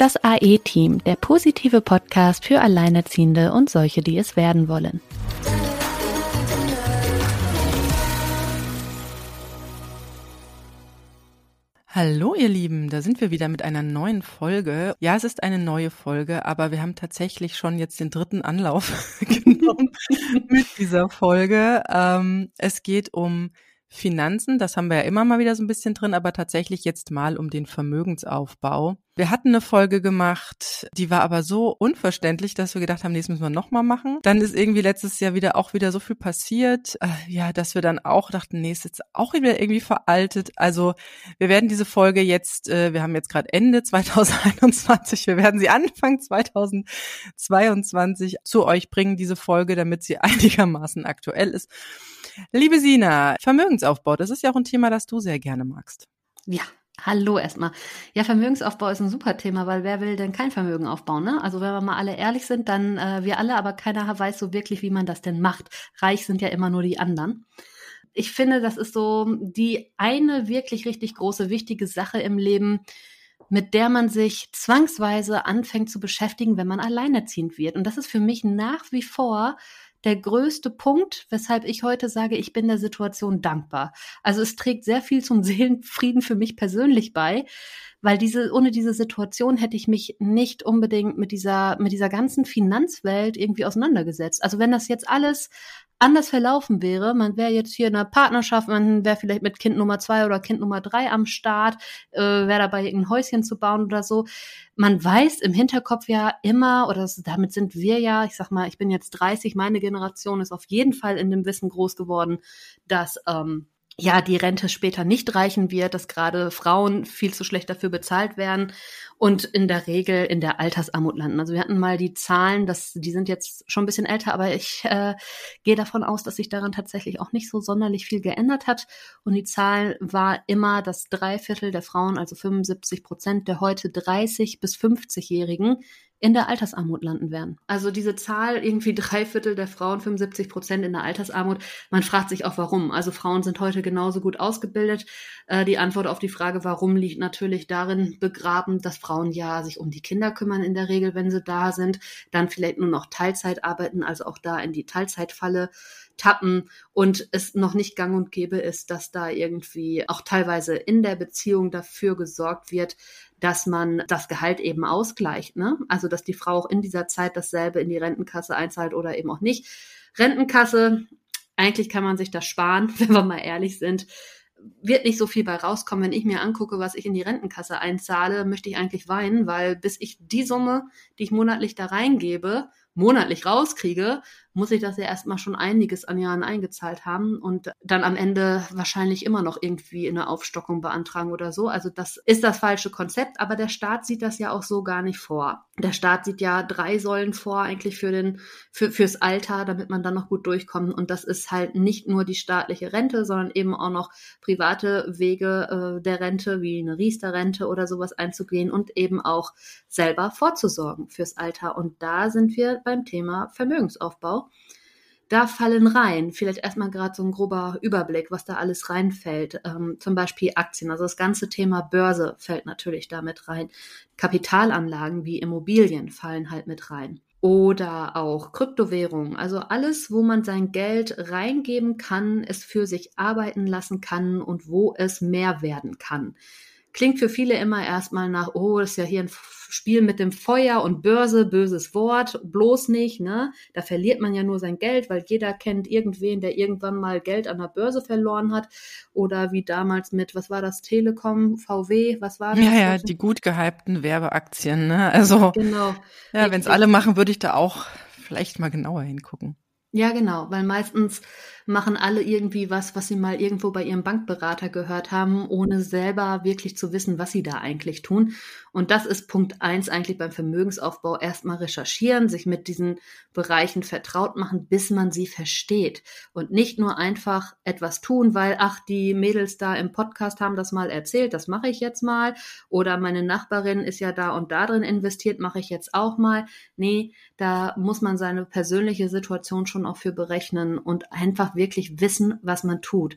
Das AE-Team, der positive Podcast für Alleinerziehende und solche, die es werden wollen. Hallo ihr Lieben, da sind wir wieder mit einer neuen Folge. Ja, es ist eine neue Folge, aber wir haben tatsächlich schon jetzt den 3. Anlauf genommen mit dieser Folge. Es geht um Finanzen, das haben wir ja immer mal wieder so ein bisschen drin, aber tatsächlich jetzt mal um den Vermögensaufbau. Wir hatten eine Folge gemacht, die war aber so unverständlich, dass wir gedacht haben, nee, das müssen wir nochmal machen. Dann ist irgendwie letztes Jahr wieder so viel passiert, dass wir dann auch dachten, nee, ist jetzt auch wieder irgendwie veraltet. Also wir werden diese Folge jetzt, wir haben jetzt gerade Ende 2021, wir werden sie Anfang 2022 zu euch bringen, diese Folge, damit sie einigermaßen aktuell ist. Liebe Sina, Vermögensaufbau, das ist ja auch ein Thema, das du sehr gerne magst. Ja, hallo erstmal. Ja, Vermögensaufbau ist ein super Thema, weil wer will denn kein Vermögen aufbauen, ne? Also wenn wir mal alle ehrlich sind, dann wir alle, aber keiner weiß so wirklich, wie man das denn macht. Reich sind ja immer nur die anderen. Ich finde, das ist so die eine wirklich richtig große, wichtige Sache im Leben, mit der man sich zwangsweise anfängt zu beschäftigen, wenn man alleinerziehend wird. Und das ist für mich nach wie vor der größte Punkt, weshalb ich heute sage, ich bin der Situation dankbar. Also es trägt sehr viel zum Seelenfrieden für mich persönlich bei, weil ohne diese Situation hätte ich mich nicht unbedingt mit dieser ganzen Finanzwelt irgendwie auseinandergesetzt. Also wenn das jetzt alles anders verlaufen wäre, man wäre jetzt hier in einer Partnerschaft, man wäre vielleicht mit Kind Nummer 2 oder Kind Nummer 3 am Start, wäre dabei, ein Häuschen zu bauen oder so. Man weiß im Hinterkopf ja immer, damit sind wir ja, ich sag mal, ich bin jetzt 30, meine Generation ist auf jeden Fall in dem Wissen groß geworden, dass die Rente später nicht reichen wird, dass gerade Frauen viel zu schlecht dafür bezahlt werden und in der Regel in der Altersarmut landen. Also wir hatten mal die Zahlen, die sind jetzt schon ein bisschen älter, aber ich gehe davon aus, dass sich daran tatsächlich auch nicht so sonderlich viel geändert hat. Und die Zahl war immer, dass 3/4 der Frauen, also 75% der heute 30- bis 50-Jährigen, in der Altersarmut landen werden. Also diese Zahl, irgendwie 3/4 der Frauen, 75% in der Altersarmut, man fragt sich auch, warum. Also Frauen sind heute genauso gut ausgebildet. Die Antwort auf die Frage, warum, liegt natürlich darin begraben, dass Frauen ja sich um die Kinder kümmern in der Regel, wenn sie da sind, dann vielleicht nur noch Teilzeit arbeiten, also auch da in die Teilzeitfalle tappen und es noch nicht gang und gäbe ist, dass da irgendwie auch teilweise in der Beziehung dafür gesorgt wird, dass man das Gehalt eben ausgleicht, ne? Also, dass die Frau auch in dieser Zeit dasselbe in die Rentenkasse einzahlt oder eben auch nicht. Rentenkasse, eigentlich kann man sich das sparen, wenn wir mal ehrlich sind. Wird nicht so viel bei rauskommen. Wenn ich mir angucke, was ich in die Rentenkasse einzahle, möchte ich eigentlich weinen, weil bis ich die Summe, die ich monatlich da reingebe, monatlich rauskriege, muss ich das ja erstmal schon einiges an Jahren eingezahlt haben und dann am Ende wahrscheinlich immer noch irgendwie eine Aufstockung beantragen oder so. Also das ist das falsche Konzept, aber der Staat sieht das ja auch so gar nicht vor. Der Staat sieht ja 3 Säulen vor eigentlich fürs Alter, damit man dann noch gut durchkommt, und das ist halt nicht nur die staatliche Rente, sondern eben auch noch private Wege der Rente, wie eine Riester-Rente oder sowas einzugehen und eben auch selber vorzusorgen fürs Alter. Und da sind wir beim Thema Vermögensaufbau. Da fallen rein, vielleicht erstmal gerade so ein grober Überblick, was da alles reinfällt. Zum Beispiel Aktien, also das ganze Thema Börse fällt natürlich damit rein. Kapitalanlagen wie Immobilien fallen halt mit rein. Oder auch Kryptowährungen, also alles, wo man sein Geld reingeben kann, es für sich arbeiten lassen kann und wo es mehr werden kann. Klingt für viele immer erstmal nach, oh, das ist ja hier ein Spiel mit dem Feuer und Börse, böses Wort, bloß nicht, ne? Da verliert man ja nur sein Geld, weil jeder kennt irgendwen, der irgendwann mal Geld an der Börse verloren hat. Oder wie damals mit, was war das, Telekom, VW, was war das? Ja, die gut gehypten Werbeaktien, ne? Also, genau. Ja, wenn es alle machen, würde ich da auch vielleicht mal genauer hingucken. Ja, genau, weil meistens machen alle irgendwie was sie mal irgendwo bei ihrem Bankberater gehört haben, ohne selber wirklich zu wissen, was sie da eigentlich tun. Und das ist Punkt 1 eigentlich beim Vermögensaufbau. Erstmal recherchieren, sich mit diesen Bereichen vertraut machen, bis man sie versteht. Und nicht nur einfach etwas tun, weil, die Mädels da im Podcast haben das mal erzählt, das mache ich jetzt mal. Oder meine Nachbarin ist ja da und da drin investiert, mache ich jetzt auch mal. Nee, da muss man seine persönliche Situation schon auch für berechnen und einfach wirklich wissen, was man tut.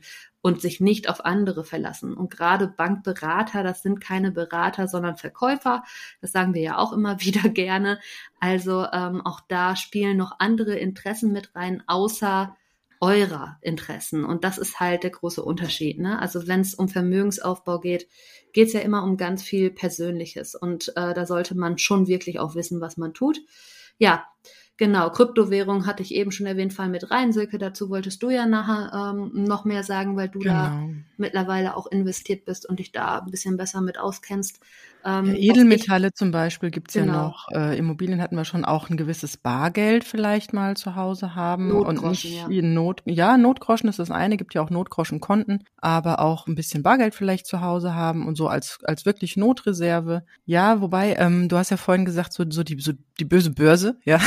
und sich nicht auf andere verlassen. Und gerade Bankberater, das sind keine Berater, sondern Verkäufer. Das sagen wir ja auch immer wieder gerne. Also auch da spielen noch andere Interessen mit rein, außer eurer Interessen. Und das ist halt der große Unterschied, ne? Also wenn es um Vermögensaufbau geht, geht es ja immer um ganz viel Persönliches. Und da sollte man schon wirklich auch wissen, was man tut. Ja, genau. Kryptowährung hatte ich eben schon erwähnt, fall mit rein. Silke, dazu wolltest du ja nachher noch mehr sagen, weil du da mittlerweile auch investiert bist und dich da ein bisschen besser mit auskennst. Edelmetalle zum Beispiel gibt's ja noch. Immobilien hatten wir schon, auch ein gewisses Bargeld vielleicht mal zu Hause haben. Notgroschen, und nicht Notgroschen ist das eine, gibt ja auch Notgroschenkonten, aber auch ein bisschen Bargeld vielleicht zu Hause haben und so als wirklich Notreserve. Ja, wobei, du hast ja vorhin gesagt, so die böse Börse, ja.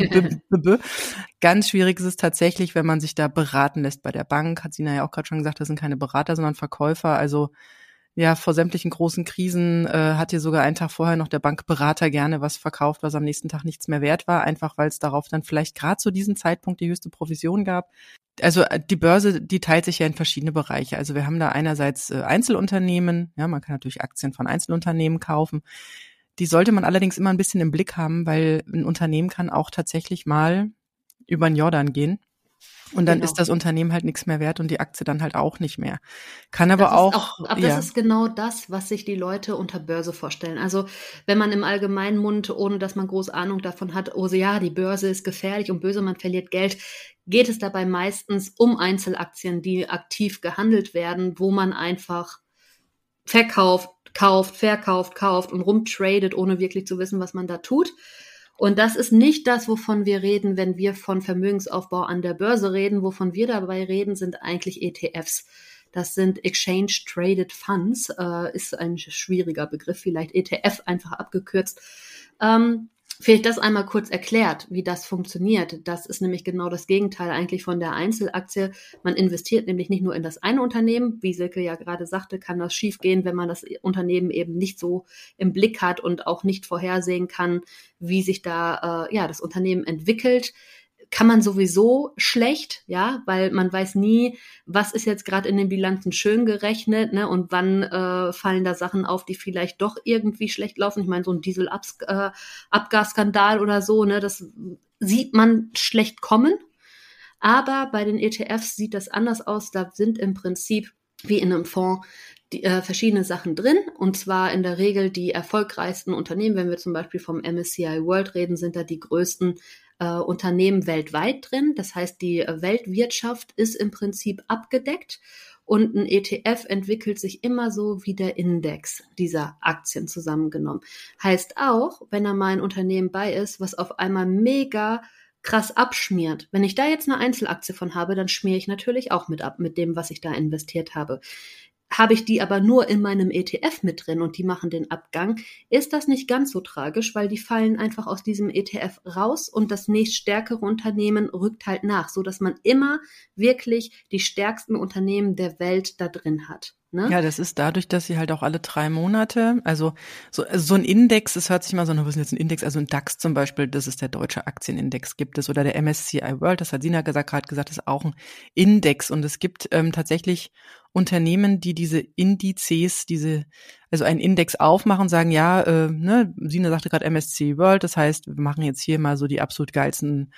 Ganz schwierig ist es tatsächlich, wenn man sich da beraten lässt bei der Bank. Hat Sina ja auch gerade schon gesagt, das sind keine Berater, sondern Verkäufer. Also ja, vor sämtlichen großen Krisen hat hier sogar einen Tag vorher noch der Bankberater gerne was verkauft, was am nächsten Tag nichts mehr wert war, einfach weil es darauf dann vielleicht gerade zu diesem Zeitpunkt die höchste Provision gab. Also die Börse, die teilt sich ja in verschiedene Bereiche. Also wir haben da einerseits Einzelunternehmen, ja, man kann natürlich Aktien von Einzelunternehmen kaufen. Die sollte man allerdings immer ein bisschen im Blick haben, weil ein Unternehmen kann auch tatsächlich mal über den Jordan gehen. Und dann ist das Unternehmen halt nichts mehr wert und die Aktie dann halt auch nicht mehr. Kann aber das ist genau das, was sich die Leute unter Börse vorstellen. Also wenn man im allgemeinen Mund, ohne dass man große Ahnung davon hat, oh ja, die Börse ist gefährlich und böse, man verliert Geld, geht es dabei meistens um Einzelaktien, die aktiv gehandelt werden, wo man einfach verkauft und rumtradet, ohne wirklich zu wissen, was man da tut. Und das ist nicht das, wovon wir reden, wenn wir von Vermögensaufbau an der Börse reden. Wovon wir dabei reden, sind eigentlich ETFs. Das sind Exchange Traded Funds, ist ein schwieriger Begriff, vielleicht ETF einfach abgekürzt. Vielleicht das einmal kurz erklärt, wie das funktioniert. Das ist nämlich genau das Gegenteil eigentlich von der Einzelaktie. Man investiert nämlich nicht nur in das eine Unternehmen. Wie Silke ja gerade sagte, kann das schiefgehen, wenn man das Unternehmen eben nicht so im Blick hat und auch nicht vorhersehen kann, wie sich da das Unternehmen entwickelt. Kann man sowieso schlecht, ja, weil man weiß nie, was ist jetzt gerade in den Bilanzen schön gerechnet, ne, und wann fallen da Sachen auf, die vielleicht doch irgendwie schlecht laufen. Ich meine, so ein Dieselabgasskandal oder so, ne, das sieht man schlecht kommen. Aber bei den ETFs sieht das anders aus. Da sind im Prinzip wie in einem Fonds verschiedene Sachen drin, und zwar in der Regel die erfolgreichsten Unternehmen. Wenn wir zum Beispiel vom MSCI World reden, sind da die größten Unternehmen weltweit drin. Das heißt, die Weltwirtschaft ist im Prinzip abgedeckt und ein ETF entwickelt sich immer so wie der Index dieser Aktien zusammengenommen. Heißt auch, wenn da mal ein Unternehmen bei ist, was auf einmal mega krass abschmiert. Wenn ich da jetzt eine Einzelaktie von habe, dann schmiere ich natürlich auch mit ab, mit dem, was ich da investiert habe. Habe ich die aber nur in meinem ETF mit drin und die machen den Abgang, ist das nicht ganz so tragisch, weil die fallen einfach aus diesem ETF raus und das nächststärkere Unternehmen rückt halt nach, so dass man immer wirklich die stärksten Unternehmen der Welt da drin hat. Ne? Ja, das ist dadurch, dass sie halt auch alle 3 Monate, also so ein Index, es hört sich mal so an, was ist jetzt ein Index, also ein DAX zum Beispiel, das ist der deutsche Aktienindex, gibt es, oder der MSCI World, das hat Sina gerade gesagt, ist auch ein Index, und es gibt tatsächlich Unternehmen, die diese Indizes, also einen Index aufmachen, sagen, ja, Sina sagte gerade MSCI World, das heißt, wir machen jetzt hier mal so die absolut geilsten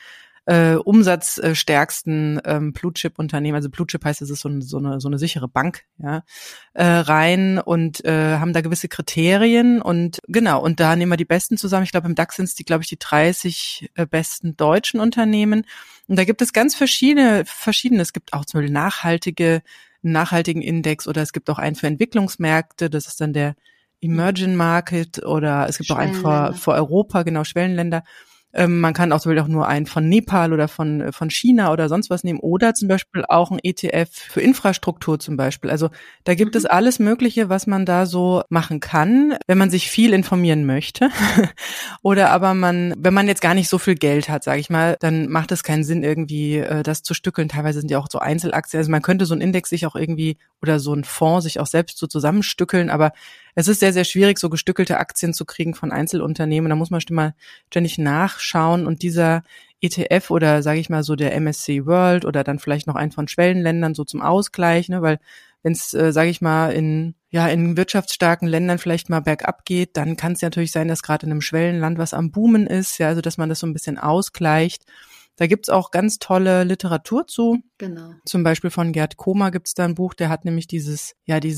umsatzstärksten Blue-Chip-Unternehmen, also Blue-Chip heißt, es ist so eine sichere Bank, ja, rein und haben da gewisse Kriterien und genau, und da nehmen wir die Besten zusammen. Ich glaube, im DAX sind es die 30 besten deutschen Unternehmen, und da gibt es ganz verschiedene. Es gibt auch zum Beispiel nachhaltigen Index, oder es gibt auch einen für Entwicklungsmärkte, das ist dann der Emerging Market, oder es gibt auch einen für Europa, genau, Schwellenländer. Man kann auch zum Beispiel auch nur einen von Nepal oder von China oder sonst was nehmen, oder zum Beispiel auch ein ETF für Infrastruktur zum Beispiel. Also da gibt es alles Mögliche, was man da so machen kann, wenn man sich viel informieren möchte. Oder aber wenn man jetzt gar nicht so viel Geld hat, sage ich mal, dann macht es keinen Sinn, irgendwie das zu stückeln. Teilweise sind ja auch so Einzelaktien. Also man könnte so einen Index sich auch irgendwie oder so einen Fonds sich auch selbst so zusammenstückeln, aber es ist sehr, sehr schwierig, so gestückelte Aktien zu kriegen von Einzelunternehmen. Da muss man ständig nachschauen und dieser ETF oder sage ich mal so der MSCI World oder dann vielleicht noch einen von Schwellenländern so zum Ausgleich, ne, weil wenn es, sage ich mal, in wirtschaftsstarken Ländern vielleicht mal bergab geht, dann kann es natürlich sein, dass gerade in einem Schwellenland was am Boomen ist, ja, also dass man das so ein bisschen ausgleicht. Da gibt's auch ganz tolle Literatur zu. Genau. Zum Beispiel von Gerd Kommer gibt's da ein Buch, der hat nämlich dieses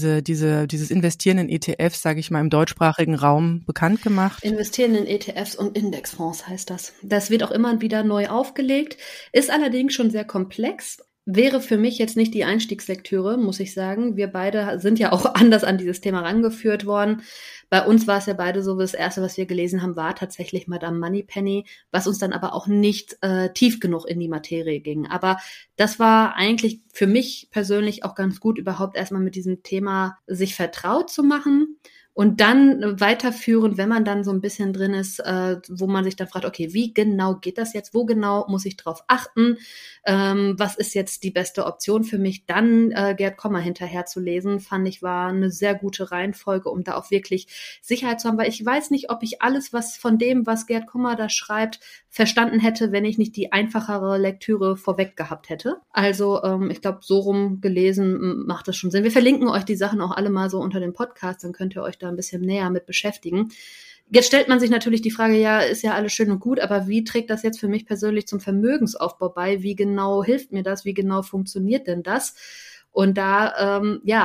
Investieren in ETFs, sage ich mal, im deutschsprachigen Raum bekannt gemacht. Investieren in ETFs und Indexfonds heißt das. Das wird auch immer wieder neu aufgelegt, ist allerdings schon sehr komplex. Wäre für mich jetzt nicht die Einstiegslektüre, muss ich sagen. Wir beide sind ja auch anders an dieses Thema rangeführt worden. Bei uns war es ja beide so, das Erste, was wir gelesen haben, war tatsächlich Madame Moneypenny, was uns dann aber auch nicht tief genug in die Materie ging. Aber das war eigentlich für mich persönlich auch ganz gut, überhaupt erstmal mit diesem Thema sich vertraut zu machen. Und dann weiterführen, wenn man dann so ein bisschen drin ist, wo man sich dann fragt, okay, wie genau geht das jetzt? Wo genau muss ich drauf achten? Was ist jetzt die beste Option für mich? Dann Gerd Kommer hinterher zu lesen, fand ich, war eine sehr gute Reihenfolge, um da auch wirklich Sicherheit zu haben. Weil ich weiß nicht, ob ich alles, was von dem, was Gerd Kommer da schreibt, verstanden hätte, wenn ich nicht die einfachere Lektüre vorweg gehabt hätte. Also ich glaube, so rum gelesen macht das schon Sinn. Wir verlinken euch die Sachen auch alle mal so unter dem Podcast, dann könnt ihr euch da ein bisschen näher mit beschäftigen. Jetzt stellt man sich natürlich die Frage, ja, ist ja alles schön und gut, aber wie trägt das jetzt für mich persönlich zum Vermögensaufbau bei? Wie genau hilft mir das? Wie genau funktioniert denn das? Und da,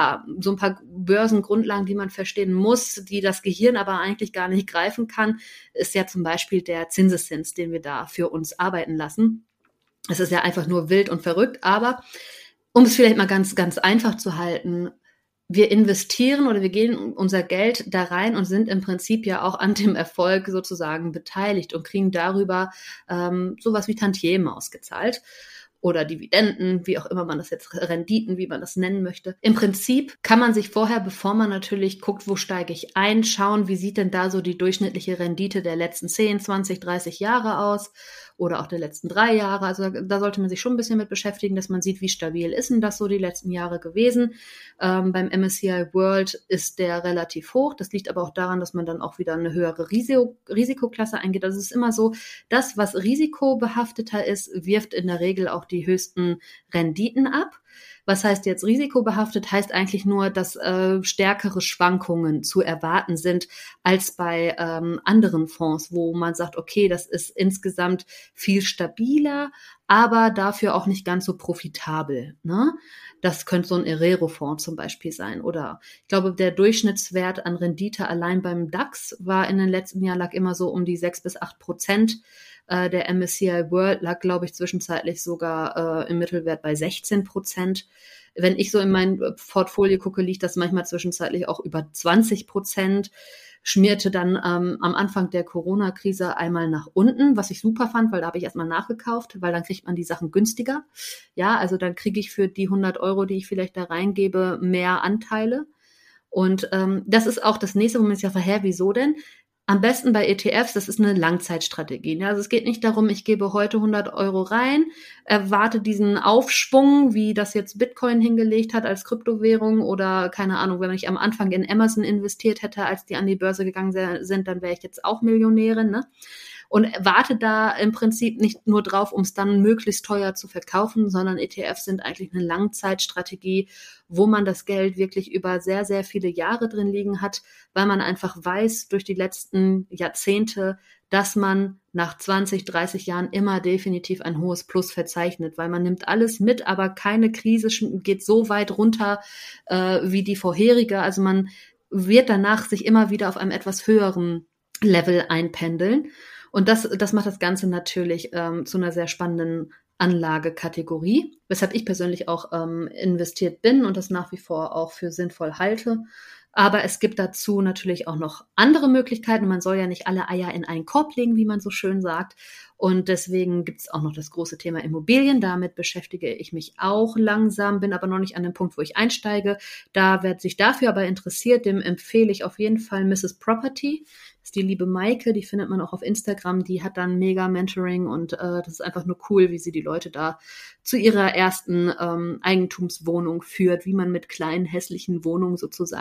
so ein paar Börsengrundlagen, die man verstehen muss, die das Gehirn aber eigentlich gar nicht greifen kann, ist ja zum Beispiel der Zinseszins, den wir da für uns arbeiten lassen. Es ist ja einfach nur wild und verrückt, aber um es vielleicht mal ganz, ganz einfach zu halten, wir investieren oder wir geben unser Geld da rein und sind im Prinzip ja auch an dem Erfolg sozusagen beteiligt und kriegen darüber sowas wie Tantiemen ausgezahlt oder Dividenden, wie auch immer man das jetzt, Renditen, wie man das nennen möchte. Im Prinzip kann man sich vorher, bevor man natürlich guckt, wo steige ich ein, schauen, wie sieht denn da so die durchschnittliche Rendite der letzten 10, 20, 30 Jahre aus oder auch der letzten 3 Jahre. Also da sollte man sich schon ein bisschen mit beschäftigen, dass man sieht, wie stabil ist denn das so die letzten Jahre gewesen. Beim MSCI World ist der relativ hoch. Das liegt aber auch daran, dass man dann auch wieder eine höhere Risikoklasse eingeht. Also es ist immer so, das, was risikobehafteter ist, wirft in der Regel auch die höchsten Renditen ab. Was heißt jetzt risikobehaftet? Heißt eigentlich nur, dass stärkere Schwankungen zu erwarten sind als bei anderen Fonds, wo man sagt, okay, das ist insgesamt viel stabiler, aber dafür auch nicht ganz so profitabel, ne? Das könnte so ein Erero-Fonds zum Beispiel sein. Oder ich glaube, der Durchschnittswert an Rendite allein beim DAX war in den letzten Jahren, lag immer so um die 6-8%. Der MSCI World lag, glaube ich, zwischenzeitlich sogar im Mittelwert bei 16%. Wenn ich so in mein Portfolio gucke, liegt das manchmal zwischenzeitlich auch über 20%. Schmierte dann am Anfang der Corona-Krise einmal nach unten, was ich super fand, weil da habe ich erstmal nachgekauft, weil dann kriegt man die Sachen günstiger. Ja, also dann kriege ich für die 100 €, die ich vielleicht da reingebe, mehr Anteile. Und das ist auch das Nächste, wo man sich ja fragt, wieso denn? Am besten bei ETFs, das ist eine Langzeitstrategie. Also es geht nicht darum, ich gebe heute 100 € rein, erwarte diesen Aufschwung, wie das jetzt Bitcoin hingelegt hat als Kryptowährung oder keine Ahnung, wenn ich am Anfang in Amazon investiert hätte, als die an die Börse gegangen sind, dann wäre ich jetzt auch Millionärin, ne? Und warte da im Prinzip nicht nur drauf, um es dann möglichst teuer zu verkaufen, sondern ETFs sind eigentlich eine Langzeitstrategie, wo man das Geld wirklich über sehr, sehr viele Jahre drin liegen hat, weil man einfach weiß durch die letzten Jahrzehnte, dass man nach 20, 30 Jahren immer definitiv ein hohes Plus verzeichnet, weil man nimmt alles mit, aber keine Krise geht so weit runter wie die vorherige. Also man wird danach sich immer wieder auf einem etwas höheren Level einpendeln. Und das macht das Ganze natürlich zu einer sehr spannenden Anlagekategorie, weshalb ich persönlich auch investiert bin und das nach wie vor auch für sinnvoll halte. Aber es gibt dazu natürlich auch noch andere Möglichkeiten. Man soll ja nicht alle Eier in einen Korb legen, wie man so schön sagt. Und deswegen gibt es auch noch das große Thema Immobilien. Damit beschäftige ich mich auch langsam, bin aber noch nicht an dem Punkt, wo ich einsteige. Da wer sich dafür aber interessiert, dem empfehle ich auf jeden Fall Mrs. Property. Das ist die liebe Maike, die findet man auch auf Instagram. Die hat dann mega Mentoring und das ist einfach nur cool, wie sie die Leute da zu ihrer ersten Eigentumswohnung führt, wie man mit kleinen hässlichen Wohnungen sozusagen sich da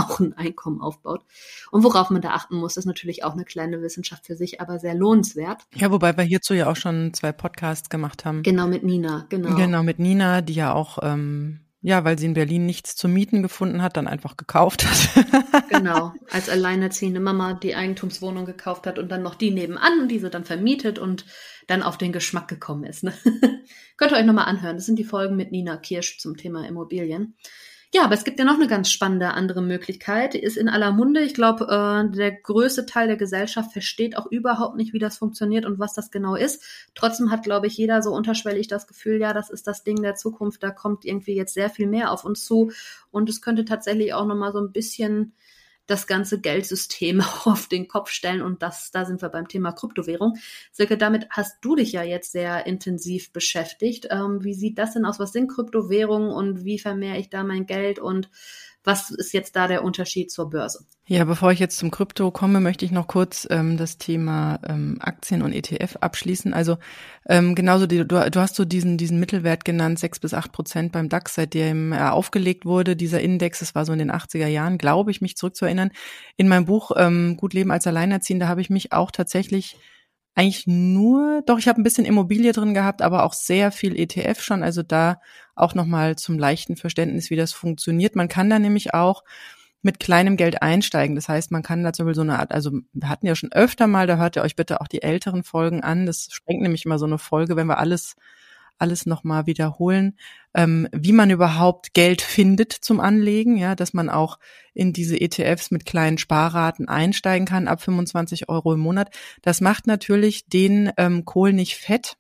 auch ein Einkommen aufbaut. Und worauf man da achten muss, ist natürlich auch eine kleine Wissenschaft für sich, aber sehr lohnenswert. Ja, wobei wir hierzu ja auch schon 2 Podcasts gemacht haben. Genau, mit Nina, genau. Genau, mit Nina, die ja auch, ja, weil sie in Berlin nichts zu mieten gefunden hat, dann einfach gekauft hat. Genau, als alleinerziehende Mama die Eigentumswohnung gekauft hat und dann noch die nebenan und diese dann vermietet und dann auf den Geschmack gekommen ist. Ne? Könnt ihr euch nochmal anhören. Das sind die Folgen mit Nina Kirsch zum Thema Immobilien. Ja, aber es gibt ja noch eine ganz spannende andere Möglichkeit. Die ist in aller Munde. Ich glaube, der größte Teil der Gesellschaft versteht auch überhaupt nicht, wie das funktioniert und was das genau ist. Trotzdem hat, glaube ich, jeder so unterschwellig das Gefühl, ja, das ist das Ding der Zukunft. Da kommt irgendwie jetzt sehr viel mehr auf uns zu. Und es könnte tatsächlich auch nochmal so ein bisschen das ganze Geldsystem auf den Kopf stellen. Und da sind wir beim Thema Kryptowährung. Silke, damit hast du dich ja jetzt sehr intensiv beschäftigt. Wie sieht das denn aus? Was sind Kryptowährungen und wie vermehre ich da mein Geld und was ist jetzt da der Unterschied zur Börse? Ja, bevor ich jetzt zum Krypto komme, möchte ich noch kurz das Thema Aktien und ETF abschließen. Also genauso, du hast so diesen Mittelwert genannt, 6-8% beim DAX, seitdem er aufgelegt wurde. Dieser Index, das war so in den 80er Jahren, glaube ich, mich zurückzuerinnern. In meinem Buch Gut Leben als Alleinerziehende habe ich mich auch tatsächlich eigentlich ich habe ein bisschen Immobilie drin gehabt, aber auch sehr viel ETF schon. Also da auch nochmal zum leichten Verständnis, wie das funktioniert. Man kann da nämlich auch mit kleinem Geld einsteigen. Das heißt, man kann da zum Beispiel so eine Art, also wir hatten ja schon öfter mal, da hört ihr euch bitte auch die älteren Folgen an. Das sprengt nämlich immer so eine Folge, wenn wir alles nochmal wiederholen, wie man überhaupt Geld findet zum Anlegen, ja, dass man auch in diese ETFs mit kleinen Sparraten einsteigen kann, ab 25 € im Monat. Das macht natürlich den Kohl nicht fett.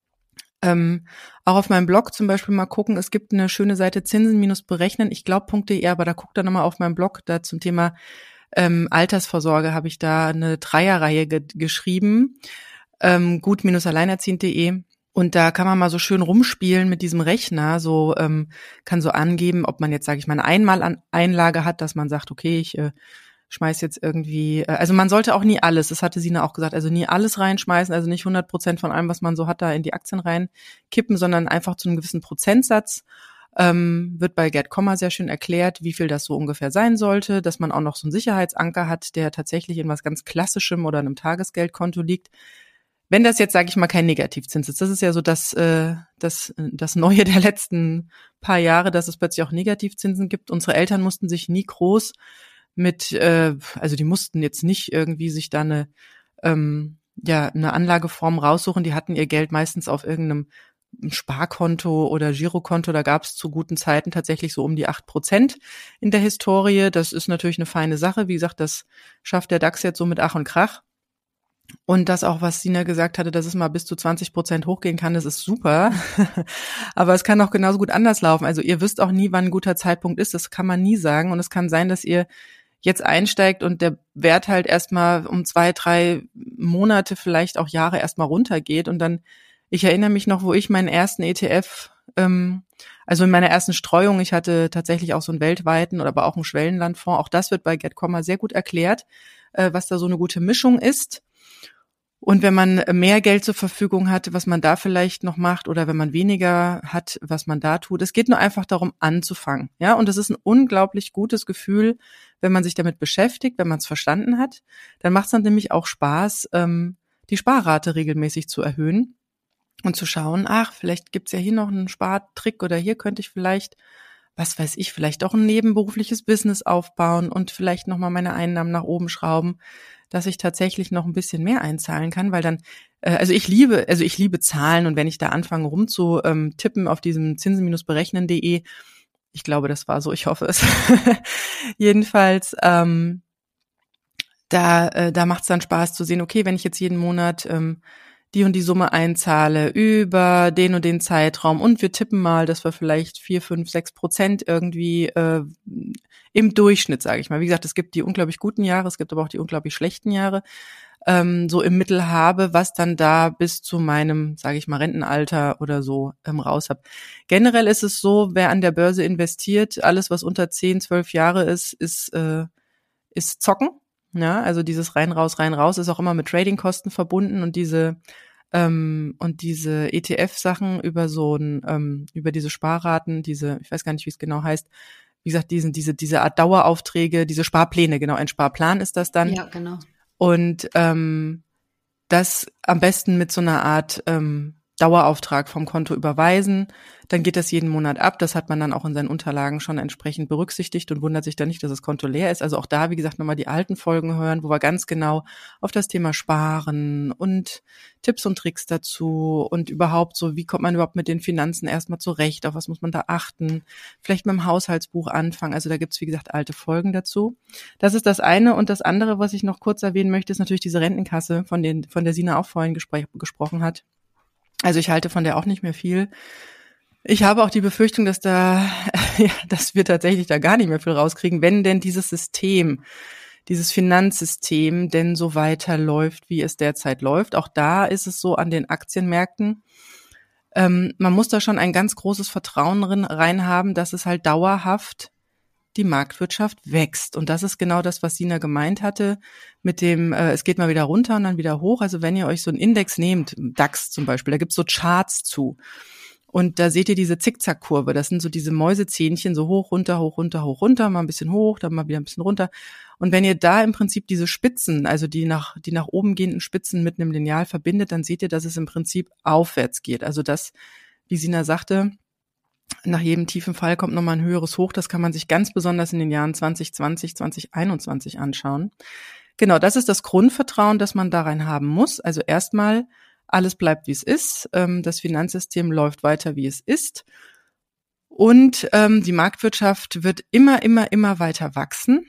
Auch auf meinem Blog zum Beispiel mal gucken, es gibt eine schöne Seite Zinsen-berechnen, ich glaube.de, aber da guckt ihr nochmal auf meinem Blog, da zum Thema Altersvorsorge habe ich da eine Dreierreihe geschrieben, gut-alleinerziehend.de. Und da kann man mal so schön rumspielen mit diesem Rechner, so kann so angeben, ob man jetzt, sage ich mal, eine Einmaleinlage hat, dass man sagt, okay, ich schmeiß jetzt irgendwie, also man sollte auch nie alles, das hatte Sina auch gesagt, also nie alles reinschmeißen, also nicht 100% von allem, was man so hat, da in die Aktien reinkippen, sondern einfach zu einem gewissen Prozentsatz. Wird bei Gerd Kommer sehr schön erklärt, wie viel das so ungefähr sein sollte, dass man auch noch so einen Sicherheitsanker hat, der tatsächlich in was ganz Klassischem oder einem Tagesgeldkonto liegt. Wenn das jetzt, sage ich mal, kein Negativzins ist, das ist ja so das Neue der letzten paar Jahre, dass es plötzlich auch Negativzinsen gibt. Unsere Eltern mussten sich nie groß also die mussten jetzt nicht irgendwie sich da eine Anlageform raussuchen. Die hatten ihr Geld meistens auf irgendeinem Sparkonto oder Girokonto. Da gab es zu guten Zeiten tatsächlich so um die 8% in der Historie. Das ist natürlich eine feine Sache. Wie gesagt, das schafft der DAX jetzt so mit Ach und Krach. Und das auch, was Sina gesagt hatte, dass es mal bis zu 20% hochgehen kann, das ist super. Aber es kann auch genauso gut anders laufen. Also ihr wisst auch nie, wann ein guter Zeitpunkt ist. Das kann man nie sagen. Und es kann sein, dass ihr jetzt einsteigt und der Wert halt erstmal um 2-3 Monate, vielleicht auch Jahre erstmal runtergeht. Und dann, ich erinnere mich noch, wo ich meinen ersten ETF, also in meiner ersten Streuung, ich hatte tatsächlich auch so einen weltweiten oder aber auch einen Schwellenlandfonds. Auch das wird bei Gerd Kommer sehr gut erklärt, was da so eine gute Mischung ist. Und wenn man mehr Geld zur Verfügung hat, was man da vielleicht noch macht, oder wenn man weniger hat, was man da tut. Es geht nur einfach darum, anzufangen. Ja, und es ist ein unglaublich gutes Gefühl, wenn man sich damit beschäftigt, wenn man es verstanden hat. Dann macht es dann nämlich auch Spaß, die Sparrate regelmäßig zu erhöhen und zu schauen, vielleicht gibt's ja hier noch einen Spartrick oder hier könnte ich vielleicht, was weiß ich, vielleicht auch ein nebenberufliches Business aufbauen und vielleicht nochmal meine Einnahmen nach oben schrauben, dass ich tatsächlich noch ein bisschen mehr einzahlen kann, weil dann, ich liebe Zahlen und wenn ich da anfange rumzutippen auf diesem Zinsen-berechnen.de, ich glaube, das war so, ich hoffe es, jedenfalls, da macht es dann Spaß zu sehen, okay, wenn ich jetzt jeden Monat die und die Summe einzahle über den und den Zeitraum und wir tippen mal, dass wir vielleicht 4, 5, 6% irgendwie im Durchschnitt, sage ich mal. Wie gesagt, es gibt die unglaublich guten Jahre, es gibt aber auch die unglaublich schlechten Jahre, so im Mittel habe, was dann da bis zu meinem, sage ich mal, Rentenalter oder so raus habe. Generell ist es so, wer an der Börse investiert, alles, was unter 10, 12 Jahre ist Zocken. Ja, also dieses rein, raus ist auch immer mit Tradingkosten verbunden und diese ETF-Sachen über über diese Sparraten, ich weiß gar nicht, wie es genau heißt, wie gesagt, diese Art Daueraufträge, diese Sparpläne, genau, ein Sparplan ist das dann. Ja, genau. Und das am besten mit so einer Art Dauerauftrag vom Konto überweisen. Dann geht das jeden Monat ab. Das hat man dann auch in seinen Unterlagen schon entsprechend berücksichtigt und wundert sich dann nicht, dass das Konto leer ist. Also auch da, wie gesagt, nochmal die alten Folgen hören, wo wir ganz genau auf das Thema Sparen und Tipps und Tricks dazu und überhaupt so, wie kommt man überhaupt mit den Finanzen erstmal zurecht, auf was muss man da achten, vielleicht mit dem Haushaltsbuch anfangen. Also da gibt's, wie gesagt, alte Folgen dazu. Das ist das eine. Und das andere, was ich noch kurz erwähnen möchte, ist natürlich diese Rentenkasse, von der Sina auch vorhin gesprochen hat. Also ich halte von der auch nicht mehr viel. Ich habe auch die Befürchtung, dass dass wir tatsächlich da gar nicht mehr viel rauskriegen, wenn denn dieses Finanzsystem denn so weiterläuft, wie es derzeit läuft. Auch da ist es so an den Aktienmärkten. Man muss da schon ein ganz großes Vertrauen rein haben, dass es halt dauerhaft die Marktwirtschaft wächst. Und das ist genau das, was Sina gemeint hatte, mit dem, es geht mal wieder runter und dann wieder hoch. Also wenn ihr euch so einen Index nehmt, DAX zum Beispiel, da gibt's so Charts zu. Und da seht ihr diese Zickzackkurve. Das sind so diese Mäusezähnchen, so hoch, runter, hoch, runter, hoch, runter, mal ein bisschen hoch, dann mal wieder ein bisschen runter. Und wenn ihr da im Prinzip diese Spitzen, also die nach oben gehenden Spitzen mit einem Lineal verbindet, dann seht ihr, dass es im Prinzip aufwärts geht. Also das, wie Sina sagte, nach jedem tiefen Fall kommt nochmal ein höheres Hoch. Das kann man sich ganz besonders in den Jahren 2020, 2021 anschauen. Genau, das ist das Grundvertrauen, das man da rein haben muss. Also erstmal, alles bleibt, wie es ist. Das Finanzsystem läuft weiter, wie es ist. Und die Marktwirtschaft wird immer weiter wachsen.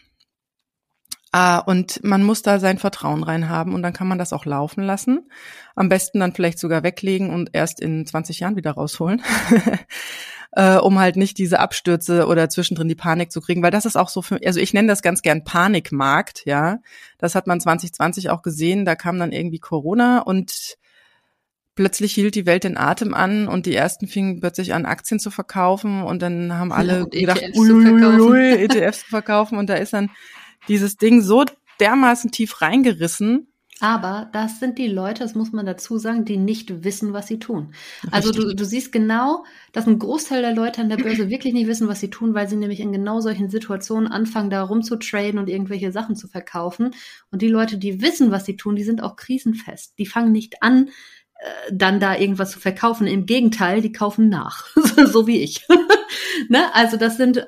Und man muss da sein Vertrauen rein haben und dann kann man das auch laufen lassen. Am besten dann vielleicht sogar weglegen und erst in 20 Jahren wieder rausholen. Um halt nicht diese Abstürze oder zwischendrin die Panik zu kriegen, weil das ist auch so also ich nenne das ganz gern Panikmarkt, ja. Das hat man 2020 auch gesehen, da kam dann irgendwie Corona und plötzlich hielt die Welt den Atem an und die ersten fingen plötzlich an, Aktien zu verkaufen und dann haben alle gedacht, ETFs zu verkaufen und da ist dann dieses Ding so dermaßen tief reingerissen. Aber das sind die Leute, das muss man dazu sagen, die nicht wissen, was sie tun. Also du siehst genau, dass ein Großteil der Leute an der Börse wirklich nicht wissen, was sie tun, weil sie nämlich in genau solchen Situationen anfangen, da rumzutraden und irgendwelche Sachen zu verkaufen. Und die Leute, die wissen, was sie tun, die sind auch krisenfest. Die fangen nicht an, dann da irgendwas zu verkaufen. Im Gegenteil, die kaufen nach. So wie ich. Ne? Also das sind...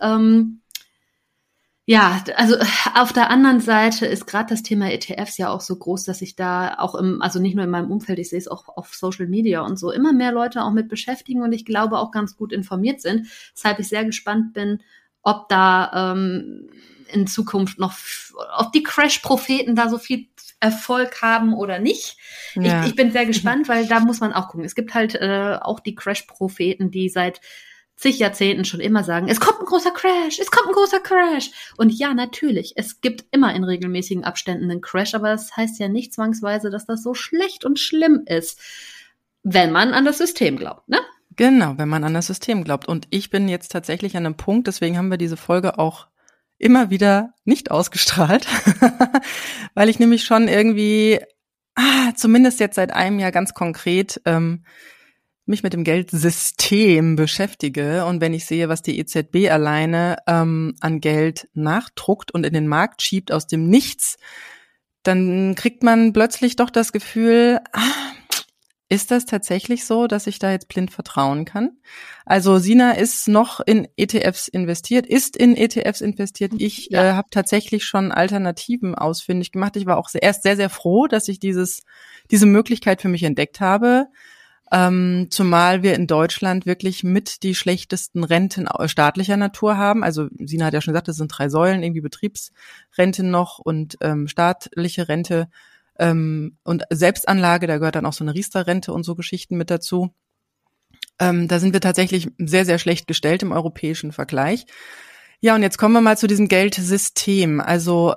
Ja, also auf der anderen Seite ist gerade das Thema ETFs ja auch so groß, dass ich da auch also nicht nur in meinem Umfeld, ich sehe es auch auf Social Media und so, immer mehr Leute auch mit beschäftigen und ich glaube auch ganz gut informiert sind, weshalb ich sehr gespannt bin, ob da in Zukunft noch, ob die Crash-Propheten da so viel Erfolg haben oder nicht. Ja. Ich bin sehr gespannt, weil da muss man auch gucken. Es gibt halt auch die Crash-Propheten, die seit zig Jahrzehnten schon immer sagen, es kommt ein großer Crash. Und ja, natürlich, es gibt immer in regelmäßigen Abständen einen Crash, aber das heißt ja nicht zwangsweise, dass das so schlecht und schlimm ist, wenn man an das System glaubt, ne? Genau, wenn man an das System glaubt. Und ich bin jetzt tatsächlich an einem Punkt, deswegen haben wir diese Folge auch immer wieder nicht ausgestrahlt, weil ich nämlich schon irgendwie, zumindest jetzt seit einem Jahr ganz konkret, mich mit dem Geldsystem beschäftige und wenn ich sehe, was die EZB alleine an Geld nachdruckt und in den Markt schiebt aus dem Nichts, dann kriegt man plötzlich doch das Gefühl, ist das tatsächlich so, dass ich da jetzt blind vertrauen kann? Also Sina ist noch in ETFs investiert. Ich habe tatsächlich schon Alternativen ausfindig gemacht. Ich war auch erst sehr, sehr froh, dass ich diese Möglichkeit für mich entdeckt habe. Zumal wir in Deutschland wirklich mit die schlechtesten Renten staatlicher Natur haben. Also Sina hat ja schon gesagt, das sind 3 Säulen, irgendwie Betriebsrente noch und staatliche Rente und Selbstanlage, da gehört dann auch so eine Riester-Rente und so Geschichten mit dazu. Da sind wir tatsächlich sehr, sehr schlecht gestellt im europäischen Vergleich. Ja, und jetzt kommen wir mal zu diesem Geldsystem. Also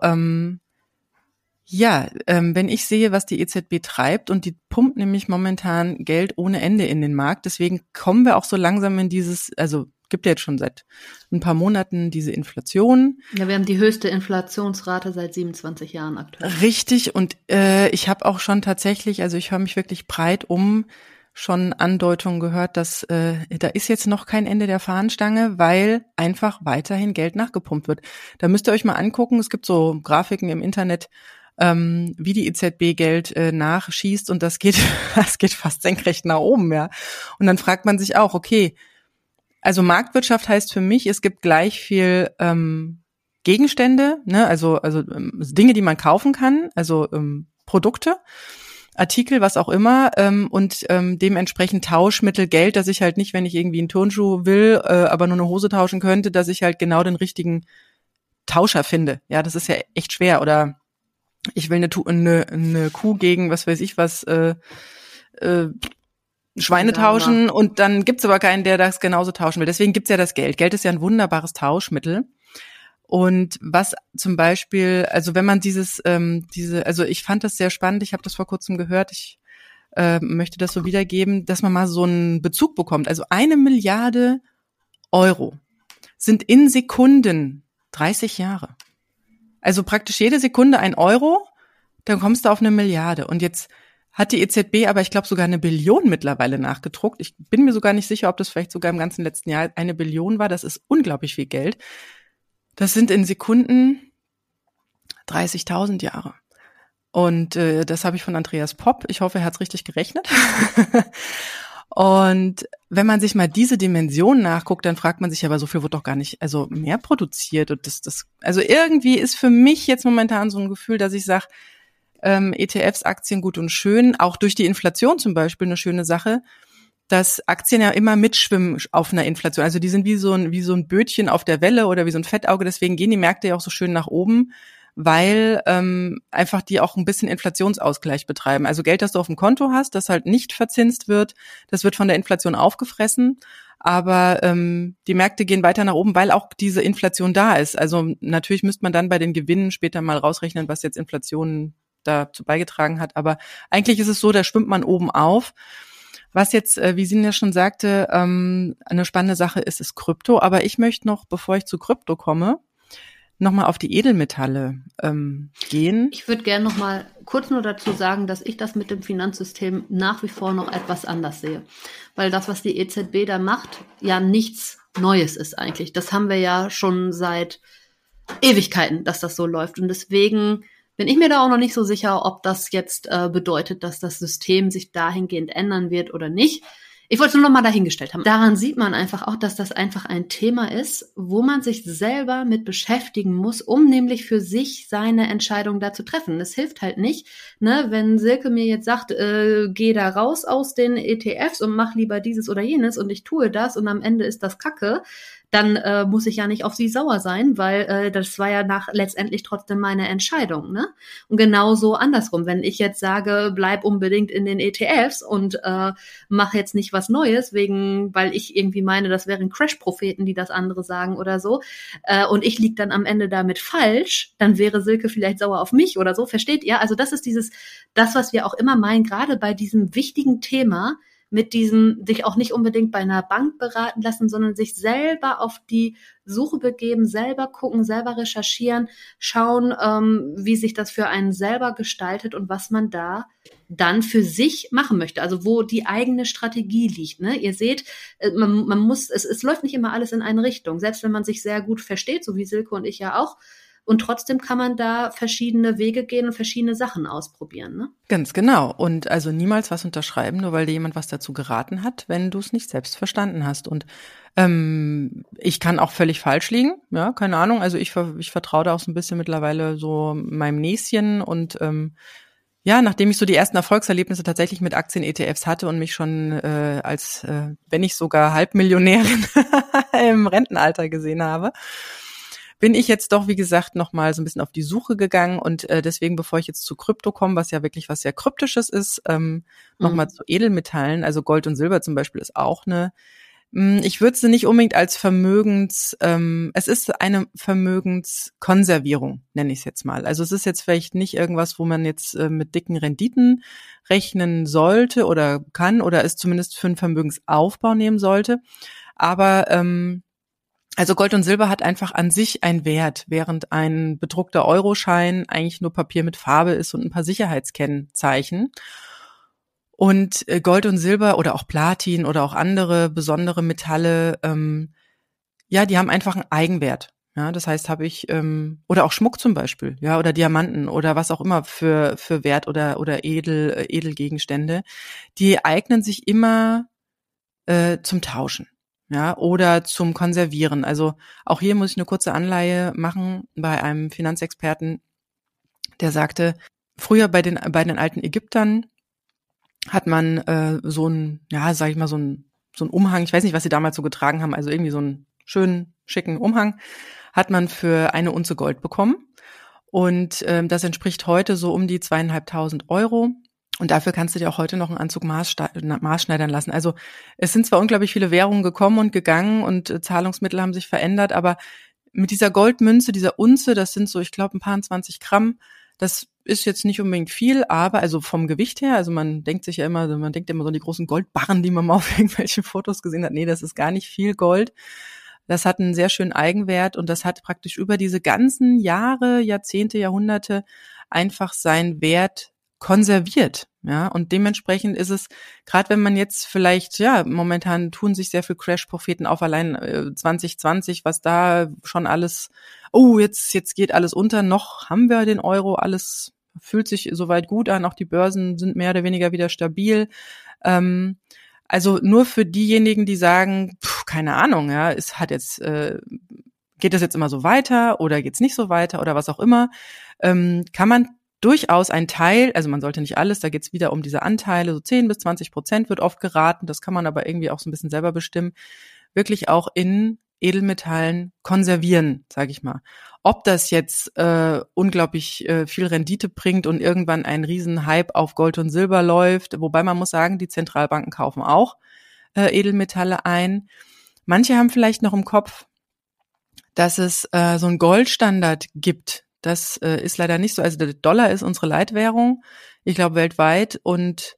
wenn ich sehe, was die EZB treibt und die pumpt nämlich momentan Geld ohne Ende in den Markt, deswegen kommen wir auch so langsam in gibt ja jetzt schon seit ein paar Monaten diese Inflation. Ja, wir haben die höchste Inflationsrate seit 27 Jahren aktuell. Richtig und ich habe auch schon tatsächlich, also ich höre mich wirklich breit um, schon Andeutungen gehört, dass da ist jetzt noch kein Ende der Fahnenstange, weil einfach weiterhin Geld nachgepumpt wird. Da müsst ihr euch mal angucken, es gibt so Grafiken im Internet, wie die EZB Geld nachschießt und das geht fast senkrecht nach oben, ja. Und dann fragt man sich auch, okay, also Marktwirtschaft heißt für mich, es gibt gleich viel Gegenstände, ne, also Dinge, die man kaufen kann, also Produkte, Artikel, was auch immer, und dementsprechend Tauschmittel, Geld, dass ich halt nicht, wenn ich irgendwie einen Turnschuh will, aber nur eine Hose tauschen könnte, dass ich halt genau den richtigen Tauscher finde. Ja, das ist ja echt schwer. Oder ich will eine Kuh gegen, was weiß ich was, Schweine tauschen und dann gibt's aber keinen, der das genauso tauschen will. Deswegen gibt's ja das Geld. Geld ist ja ein wunderbares Tauschmittel. Und was zum Beispiel, also wenn man also ich fand das sehr spannend, ich habe das vor kurzem gehört, ich möchte das so wiedergeben, dass man mal so einen Bezug bekommt. Also 1 Milliarde Euro sind in Sekunden 30 Jahre. Also praktisch jede Sekunde 1 Euro, dann kommst du auf 1 Milliarde. Und jetzt hat die EZB aber, ich glaube, sogar 1 Billion mittlerweile nachgedruckt. Ich bin mir sogar nicht sicher, ob das vielleicht sogar im ganzen letzten Jahr 1 Billion war. Das ist unglaublich viel Geld. Das sind in Sekunden 30.000 Jahre. Und das habe ich von Andreas Popp. Ich hoffe, er hat es richtig gerechnet. Und wenn man sich mal diese Dimension nachguckt, dann fragt man sich, aber so viel wird doch gar nicht, also mehr produziert. Und also irgendwie ist für mich jetzt momentan so ein Gefühl, dass ich sage, ETFs, Aktien gut und schön, auch durch die Inflation zum Beispiel eine schöne Sache, dass Aktien ja immer mitschwimmen auf einer Inflation. Also die sind wie so ein Bötchen auf der Welle oder wie so ein Fettauge. Deswegen gehen die Märkte ja auch so schön nach oben, weil einfach die auch ein bisschen Inflationsausgleich betreiben. Also Geld, das du auf dem Konto hast, das halt nicht verzinst wird, das wird von der Inflation aufgefressen. Aber die Märkte gehen weiter nach oben, weil auch diese Inflation da ist. Also natürlich müsste man dann bei den Gewinnen später mal rausrechnen, was jetzt Inflation dazu beigetragen hat. Aber eigentlich ist es so, da schwimmt man oben auf. Was jetzt, wie Sina schon sagte, eine spannende Sache ist Krypto. Aber ich möchte noch, bevor ich zu Krypto komme, nochmal auf die Edelmetalle gehen. Ich würde gerne noch mal kurz nur dazu sagen, dass ich das mit dem Finanzsystem nach wie vor noch etwas anders sehe. Weil das, was die EZB da macht, ja nichts Neues ist eigentlich. Das haben wir ja schon seit Ewigkeiten, dass das so läuft. Und deswegen bin ich mir da auch noch nicht so sicher, ob das jetzt bedeutet, dass das System sich dahingehend ändern wird oder nicht. Ich wollte es nur noch mal dahingestellt haben. Daran sieht man einfach auch, dass das einfach ein Thema ist, wo man sich selber mit beschäftigen muss, um nämlich für sich seine Entscheidung da zu treffen. Es hilft halt nicht, ne, wenn Silke mir jetzt sagt, geh da raus aus den ETFs und mach lieber dieses oder jenes und ich tue das und am Ende ist das Kacke, dann muss ich ja nicht auf sie sauer sein, weil das war ja letztendlich trotzdem meine Entscheidung, ne? Und genauso andersrum, wenn ich jetzt sage, bleib unbedingt in den ETFs und mach jetzt nicht was Neues, weil ich irgendwie meine, das wären Crash-Propheten, die das andere sagen oder so, und ich lieg dann am Ende damit falsch, dann wäre Silke vielleicht sauer auf mich oder so, versteht ihr? Also das ist das, was wir auch immer meinen, gerade bei diesem wichtigen Thema, mit diesem sich auch nicht unbedingt bei einer Bank beraten lassen, sondern sich selber auf die Suche begeben, selber gucken, selber recherchieren, schauen, wie sich das für einen selber gestaltet und was man da dann für sich machen möchte, also wo die eigene Strategie liegt. Ne? Ihr seht, man muss, es läuft nicht immer alles in eine Richtung, selbst wenn man sich sehr gut versteht, so wie Silke und ich ja auch. Und trotzdem kann man da verschiedene Wege gehen und verschiedene Sachen ausprobieren, ne? Ganz genau. Und also niemals was unterschreiben, nur weil dir jemand was dazu geraten hat, wenn du es nicht selbst verstanden hast. Und ich kann auch völlig falsch liegen, ja, keine Ahnung. Also ich vertraue da auch so ein bisschen mittlerweile so meinem Näschen und ja, nachdem ich so die ersten Erfolgserlebnisse tatsächlich mit Aktien-ETFs hatte und mich schon als, wenn ich sogar Halbmillionärin im Rentenalter gesehen habe, bin ich jetzt doch, wie gesagt, nochmal so ein bisschen auf die Suche gegangen und deswegen, bevor ich jetzt zu Krypto komme, was ja wirklich was sehr Kryptisches ist, nochmal zu Edelmetallen, also Gold und Silber zum Beispiel ist auch ich würde sie nicht unbedingt als es ist eine Vermögenskonservierung, nenne ich es jetzt mal. Also es ist jetzt vielleicht nicht irgendwas, wo man jetzt mit dicken Renditen rechnen sollte oder kann oder es zumindest für einen Vermögensaufbau nehmen sollte, aber also Gold und Silber hat einfach an sich einen Wert, während ein bedruckter Euroschein eigentlich nur Papier mit Farbe ist und ein paar Sicherheitskennzeichen. Und Gold und Silber oder auch Platin oder auch andere besondere Metalle, ja, die haben einfach einen Eigenwert. Ja, das heißt, habe ich oder auch Schmuck zum Beispiel, ja, oder Diamanten oder was auch immer für Wert oder Edelgegenstände, die eignen sich immer zum Tauschen, ja, oder zum Konservieren. Also auch hier muss ich eine kurze Anleihe machen bei einem Finanzexperten, der sagte, früher bei den alten Ägyptern hat man so ein, ja, sag ich mal, so ein Umhang, ich weiß nicht, was sie damals so getragen haben, also irgendwie so einen schönen, schicken Umhang, hat man für 1 Unze Gold bekommen. Und das entspricht heute so um die 2.500 €. Und dafür kannst du dir auch heute noch einen Anzug maßschneidern lassen. Also es sind zwar unglaublich viele Währungen gekommen und gegangen und Zahlungsmittel haben sich verändert, aber mit dieser Goldmünze, dieser Unze, das sind so, ich glaube, ein paar 20 Gramm, das ist jetzt nicht unbedingt viel, aber also vom Gewicht her, also man denkt so an die großen Goldbarren, die man mal auf irgendwelchen Fotos gesehen hat. Nee, das ist gar nicht viel Gold. Das hat einen sehr schönen Eigenwert und das hat praktisch über diese ganzen Jahre, Jahrzehnte, Jahrhunderte einfach seinen Wert konserviert. Ja, und dementsprechend ist es, gerade wenn man jetzt vielleicht, ja, momentan tun sich sehr viel Crash-Propheten auf, allein 2020, was da schon alles, jetzt geht alles unter, noch haben wir den Euro, alles fühlt sich soweit gut an, auch die Börsen sind mehr oder weniger wieder stabil. Also nur für diejenigen, die sagen, keine Ahnung, ja, geht das jetzt immer so weiter oder geht's nicht so weiter oder was auch immer, kann man durchaus ein Teil, also man sollte nicht alles, da geht's wieder um diese Anteile, so 10-20% wird oft geraten, das kann man aber irgendwie auch so ein bisschen selber bestimmen, wirklich auch in Edelmetallen konservieren, sage ich mal. Ob das jetzt unglaublich viel Rendite bringt und irgendwann ein Riesenhype auf Gold und Silber läuft, wobei man muss sagen, die Zentralbanken kaufen auch Edelmetalle ein. Manche haben vielleicht noch im Kopf, dass es so einen Goldstandard gibt. Das ist leider nicht so. Also der Dollar ist unsere Leitwährung, ich glaube weltweit, und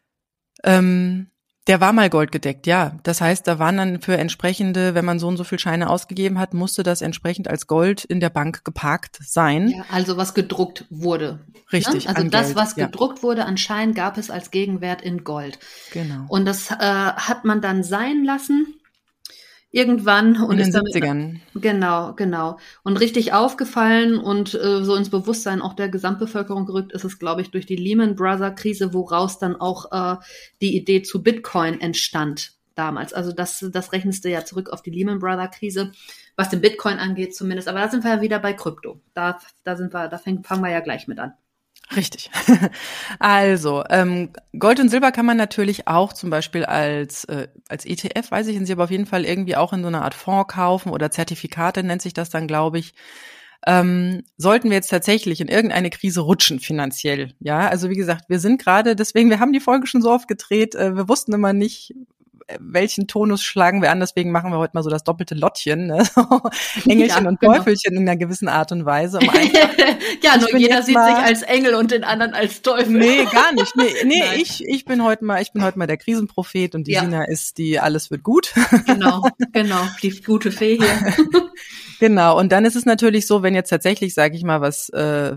der war mal goldgedeckt, ja. Das heißt, da waren dann für entsprechende, wenn man so und so viel Scheine ausgegeben hat, musste das entsprechend als Gold in der Bank geparkt sein. Ja, also was gedruckt wurde. Richtig. Ne? Also das, Geld, was gedruckt wurde an Schein, gab es als Gegenwert in Gold. Genau. Und das hat man dann sein lassen. Irgendwann und in den ist damit, 70ern. Genau. Und richtig aufgefallen und so ins Bewusstsein auch der Gesamtbevölkerung gerückt ist es, glaube ich, durch die Lehman Brothers Krise, woraus dann auch die Idee zu Bitcoin entstand damals. Also das rechnest du ja zurück auf die Lehman Brothers Krise, was den Bitcoin angeht zumindest. Aber da sind wir ja wieder bei Krypto. Fangen wir ja gleich mit an. Richtig. Also, Gold und Silber kann man natürlich auch zum Beispiel als ETF, weiß ich nicht, aber auf jeden Fall irgendwie auch in so einer Art Fonds kaufen oder Zertifikate nennt sich das dann, glaube ich. Sollten wir jetzt tatsächlich in irgendeine Krise rutschen finanziell, ja, also wie gesagt, wir haben die Folge schon so oft gedreht, wir wussten immer nicht, welchen Tonus schlagen wir an, deswegen machen wir heute mal so das doppelte Lottchen, ne? Engelchen und Teufelchen in einer gewissen Art und Weise. Ja, nur jeder sieht sich als Engel und den anderen als Teufel. Nee, gar nicht. Nee, ich bin heute mal der Krisenprophet und die Sina ist alles wird gut. Genau, die gute Fee hier. Genau, und dann ist es natürlich so, wenn jetzt tatsächlich, sage ich mal, was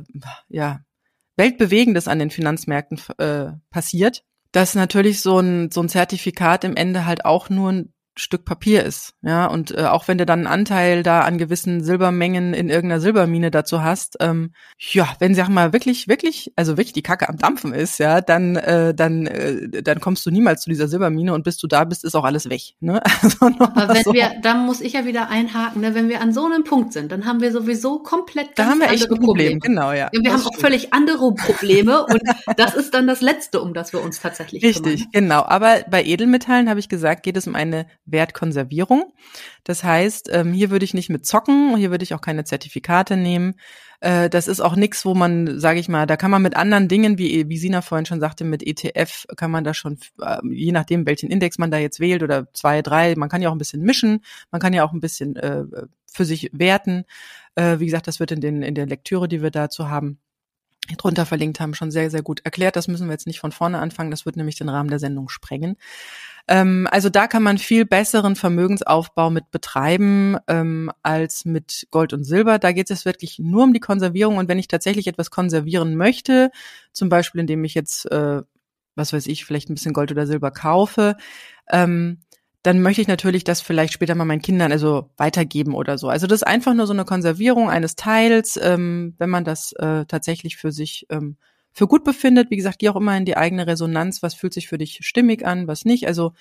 Weltbewegendes an den Finanzmärkten passiert, dass natürlich so ein Zertifikat im Ende halt auch nur ein Stück Papier ist, ja, und auch wenn du dann einen Anteil da an gewissen Silbermengen in irgendeiner Silbermine dazu hast, wenn sag mal wirklich die Kacke am Dampfen ist, ja, dann kommst du niemals zu dieser Silbermine und bis du da bist, ist auch alles weg, ne? Also aber da muss ich ja wieder einhaken, ne, wenn wir an so einem Punkt sind, dann haben wir sowieso komplett da haben wir echt ein Problem, genau, ja. Und wir haben auch völlig andere Probleme und das ist dann das Letzte, um das wir uns tatsächlich kümmern. Richtig, genau. Aber bei Edelmetallen, habe ich gesagt, geht es um eine Wertkonservierung. Das heißt, hier würde ich nicht mit zocken, hier würde ich auch keine Zertifikate nehmen. Das ist auch nichts, wo man, sage ich mal, da kann man mit anderen Dingen, wie Sina vorhin schon sagte, mit ETF kann man da schon, je nachdem, welchen Index man da jetzt wählt oder 2, 3, man kann ja auch ein bisschen mischen, man kann ja auch ein bisschen für sich werten. Wie gesagt, das wird in der Lektüre, die wir dazu haben, drunter verlinkt haben, schon sehr, sehr gut erklärt. Das müssen wir jetzt nicht von vorne anfangen, das wird nämlich den Rahmen der Sendung sprengen. Also da kann man viel besseren Vermögensaufbau mit betreiben als mit Gold und Silber. Da geht es wirklich nur um die Konservierung und wenn ich tatsächlich etwas konservieren möchte, zum Beispiel indem ich jetzt was weiß ich, vielleicht ein bisschen Gold oder Silber kaufe, dann möchte ich natürlich das vielleicht später mal meinen Kindern also weitergeben oder so. Also das ist einfach nur so eine Konservierung eines Teils, wenn man das tatsächlich für sich für gut befindet. Wie gesagt, geh auch immer in die eigene Resonanz. Was fühlt sich für dich stimmig an, was nicht. Also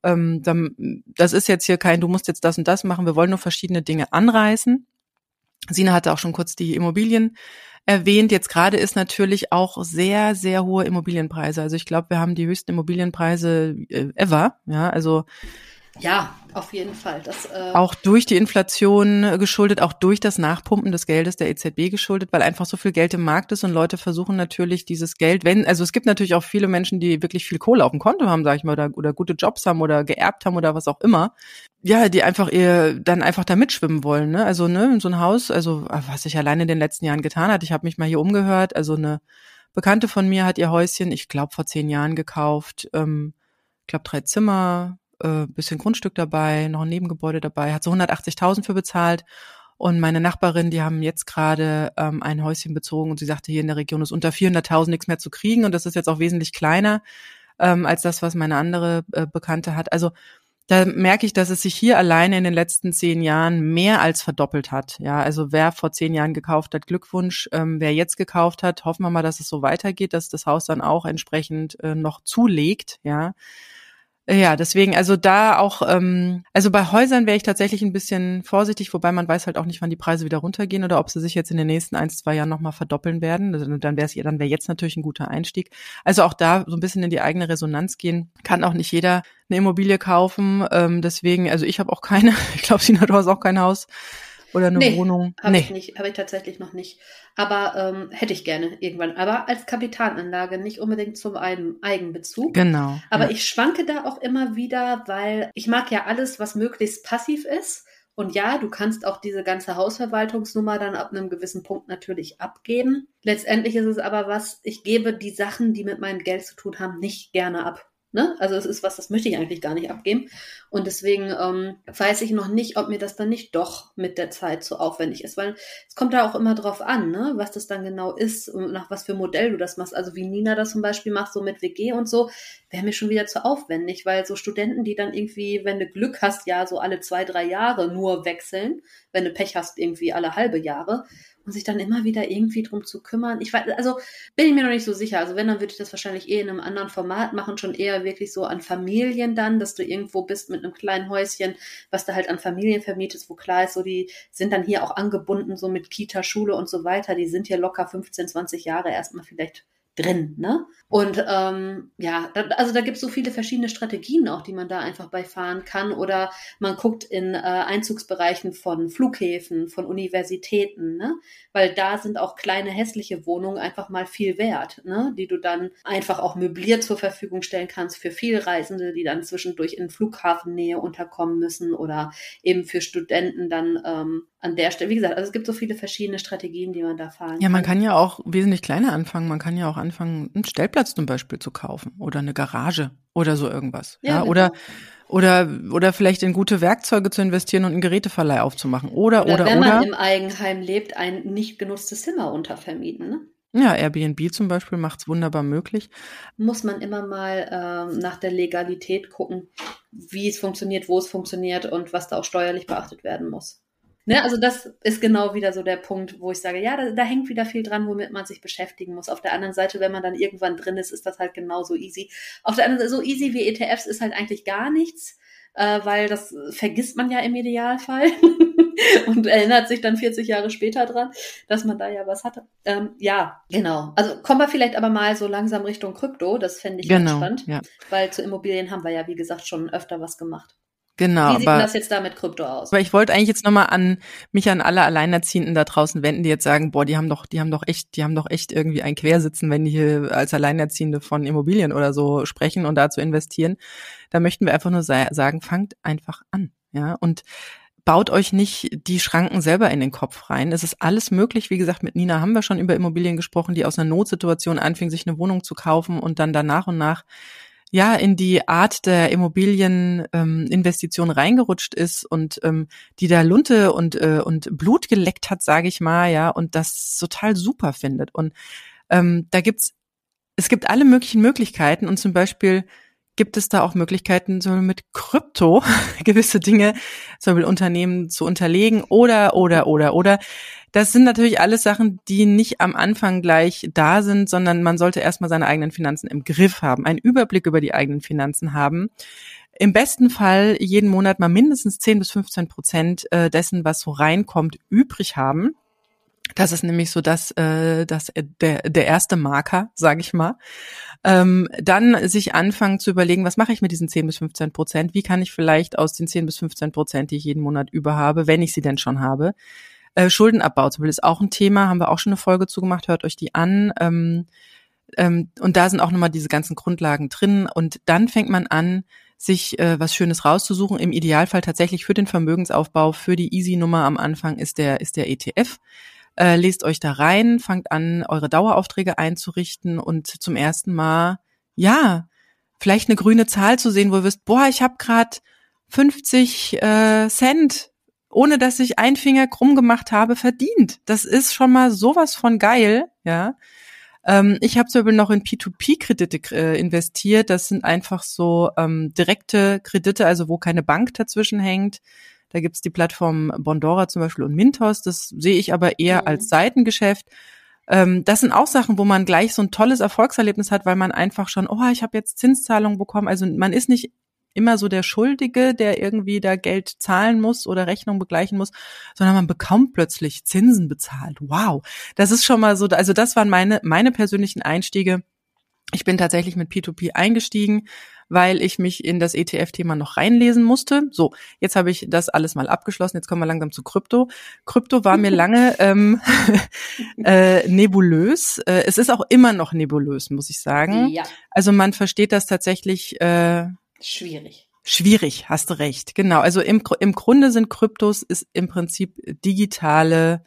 das ist jetzt hier kein, du musst jetzt das und das machen. Wir wollen nur verschiedene Dinge anreißen. Sina hatte auch schon kurz die Immobilien erwähnt. Jetzt gerade ist natürlich auch sehr, sehr hohe Immobilienpreise. Also ich glaube, wir haben die höchsten Immobilienpreise ever. Ja, also ja, auf jeden Fall. Das auch durch die Inflation geschuldet, auch durch das Nachpumpen des Geldes der EZB geschuldet, weil einfach so viel Geld im Markt ist und Leute versuchen natürlich dieses Geld, also es gibt natürlich auch viele Menschen, die wirklich viel Kohle auf dem Konto haben, sag ich mal, oder gute Jobs haben oder geerbt haben oder was auch immer. Ja, die einfach dann einfach da mitschwimmen wollen, ne? Also, ne, in so ein Haus, also was ich alleine in den letzten Jahren getan hat, ich habe mich mal hier umgehört, also eine Bekannte von mir hat ihr Häuschen, ich glaube vor 10 Jahren gekauft, ich glaube 3 Zimmer, bisschen Grundstück dabei, noch ein Nebengebäude dabei, hat so 180.000 für bezahlt. Und meine Nachbarin, die haben jetzt gerade ein Häuschen bezogen und sie sagte, hier in der Region ist unter 400.000 nichts mehr zu kriegen und das ist jetzt auch wesentlich kleiner als das, was meine andere Bekannte hat. Also da merke ich, dass es sich hier alleine in den letzten 10 Jahren mehr als verdoppelt hat. Ja, also wer vor 10 Jahren gekauft hat, Glückwunsch. Wer jetzt gekauft hat, hoffen wir mal, dass es so weitergeht, dass das Haus dann auch entsprechend noch zulegt, ja. Ja, deswegen, also da auch, also bei Häusern wäre ich tatsächlich ein bisschen vorsichtig, wobei man weiß halt auch nicht, wann die Preise wieder runtergehen oder ob sie sich jetzt in den nächsten 1-2 Jahren nochmal verdoppeln werden. Also dann wäre jetzt natürlich ein guter Einstieg. Also auch da so ein bisschen in die eigene Resonanz gehen. Kann auch nicht jeder eine Immobilie kaufen. Deswegen, also ich habe auch keine, ich glaube, Sina, du hast auch kein Haus oder eine Wohnung. Habe ich nicht, habe ich tatsächlich noch nicht. Aber hätte ich gerne irgendwann. Aber als Kapitalanlage, nicht unbedingt zum Eigenbezug. Genau. Aber ja. ich schwanke da auch immer wieder, weil ich mag ja alles, was möglichst passiv ist. Und ja, du kannst auch diese ganze Hausverwaltungsnummer dann ab einem gewissen Punkt natürlich abgeben. Letztendlich ist es aber ich gebe die Sachen, die mit meinem Geld zu tun haben, nicht gerne ab. Ne? Also es ist was, das möchte ich eigentlich gar nicht abgeben. Und deswegen weiß ich noch nicht, ob mir das dann nicht doch mit der Zeit so aufwendig ist. Weil es kommt da auch immer drauf an, ne? Was das dann genau ist und nach was für Modell du das machst. Also wie Nina das zum Beispiel macht, so mit WG und so, wäre mir schon wieder zu aufwendig. Weil so Studenten, die dann irgendwie, wenn du Glück hast, ja so alle 2-3 Jahre nur wechseln, wenn du Pech hast, irgendwie alle halbe Jahre, und sich dann immer wieder irgendwie drum zu kümmern. Ich weiß, also bin ich mir noch nicht so sicher. Also wenn, dann würde ich das wahrscheinlich in einem anderen Format machen, schon eher wirklich so an Familien dann, dass du irgendwo bist mit einem kleinen Häuschen, was du halt an Familien vermietest, wo klar ist, so die sind dann hier auch angebunden, so mit Kita, Schule und so weiter. Die sind hier locker 15, 20 Jahre erstmal vielleicht drin, ne? Und also da gibt es so viele verschiedene Strategien auch, die man da einfach bei fahren kann. Oder man guckt in Einzugsbereichen von Flughäfen, von Universitäten, ne? Weil da sind auch kleine hässliche Wohnungen einfach mal viel wert, ne? Die du dann einfach auch möbliert zur Verfügung stellen kannst für Vielreisende, die dann zwischendurch in Flughafennähe unterkommen müssen oder eben für Studenten dann an der Stelle. Wie gesagt, also es gibt so viele verschiedene Strategien, die man da fahren kann. Ja, man kann ja auch wesentlich kleiner anfangen. Man kann ja auch anfangen, einen Stellplatz zum Beispiel zu kaufen oder eine Garage oder so irgendwas. Ja, genau. Oder vielleicht in gute Werkzeuge zu investieren und einen Geräteverleih aufzumachen. Oder wenn man im Eigenheim lebt, ein nicht genutztes Zimmer untervermieten, ne? Ja, Airbnb zum Beispiel macht's wunderbar möglich. Muss man immer mal nach der Legalität gucken, wie es funktioniert, wo es funktioniert und was da auch steuerlich beachtet werden muss. Ne, also das ist genau wieder so der Punkt, wo ich sage, ja, da hängt wieder viel dran, womit man sich beschäftigen muss. Auf der anderen Seite, wenn man dann irgendwann drin ist, ist das halt genauso easy. Auf der anderen Seite, so easy wie ETFs ist halt eigentlich gar nichts, weil das vergisst man ja im Idealfall und erinnert sich dann 40 Jahre später dran, dass man da ja was hatte. Ja, genau. Also kommen wir vielleicht aber mal so langsam Richtung Krypto, das fände ich ganz spannend, ja. Weil zu Immobilien haben wir ja, wie gesagt, schon öfter was gemacht. Genau. Wie sieht denn das jetzt da mit Krypto aus? Aber ich wollte eigentlich jetzt nochmal an alle Alleinerziehenden da draußen wenden, die jetzt sagen, boah, die haben doch echt irgendwie ein Quersitzen, wenn die hier als Alleinerziehende von Immobilien oder so sprechen und dazu investieren. Da möchten wir einfach nur sagen, fangt einfach an, ja, und baut euch nicht die Schranken selber in den Kopf rein. Es ist alles möglich. Wie gesagt, mit Nina haben wir schon über Immobilien gesprochen, die aus einer Notsituation anfing, sich eine Wohnung zu kaufen und dann da nach und nach ja in die Art der Immobilieninvestition reingerutscht ist und die da Lunte und Blut geleckt hat, sage ich mal, ja, und das total super findet. Und da gibt's es gibt alle möglichen Möglichkeiten und zum Beispiel gibt es da auch Möglichkeiten, so mit Krypto gewisse Dinge, zum Beispiel Unternehmen zu unterlegen oder. Das sind natürlich alles Sachen, die nicht am Anfang gleich da sind, sondern man sollte erstmal seine eigenen Finanzen im Griff haben, einen Überblick über die eigenen Finanzen haben. Im besten Fall jeden Monat mal mindestens 10-15% dessen, was so reinkommt, übrig haben. Das ist nämlich so der erste Marker, sage ich mal. Dann sich anfangen zu überlegen, was mache ich mit diesen 10-15%? Wie kann ich vielleicht aus den 10-15%, die ich jeden Monat über habe, wenn ich sie denn schon habe, Schuldenabbau zum Beispiel ist auch ein Thema, haben wir auch schon eine Folge zugemacht, hört euch die an. Und da sind auch nochmal diese ganzen Grundlagen drin. Und dann fängt man an, sich was Schönes rauszusuchen. Im Idealfall tatsächlich für den Vermögensaufbau, für die Easy-Nummer am Anfang ist der ETF. Lest euch da rein, fangt an, eure Daueraufträge einzurichten und zum ersten Mal, ja, vielleicht eine grüne Zahl zu sehen, wo ihr wisst, boah, ich habe gerade 50 Cent, ohne dass ich einen Finger krumm gemacht habe, verdient. Das ist schon mal sowas von geil, ja. Ich habe zum Beispiel noch in P2P-Kredite investiert. Das sind einfach so direkte Kredite, also wo keine Bank dazwischen hängt. Da gibt's die Plattform Bondora zum Beispiel und Mintos. Das sehe ich aber eher als Seitengeschäft. Das sind auch Sachen, wo man gleich so ein tolles Erfolgserlebnis hat, weil man einfach schon, ich habe jetzt Zinszahlungen bekommen. Also man ist nicht immer so der Schuldige, der irgendwie da Geld zahlen muss oder Rechnung begleichen muss, sondern man bekommt plötzlich Zinsen bezahlt. Wow, das ist schon mal so, also das waren meine persönlichen Einstiege. Ich bin tatsächlich mit P2P eingestiegen, weil ich mich in das ETF-Thema noch reinlesen musste. So, jetzt habe ich das alles mal abgeschlossen. Jetzt kommen wir langsam zu Krypto. Krypto war mir lange nebulös. Es ist auch immer noch nebulös, muss ich sagen. Ja. Also man versteht das tatsächlich Schwierig, hast du recht. Genau, also im Grunde sind Kryptos ist im Prinzip digitale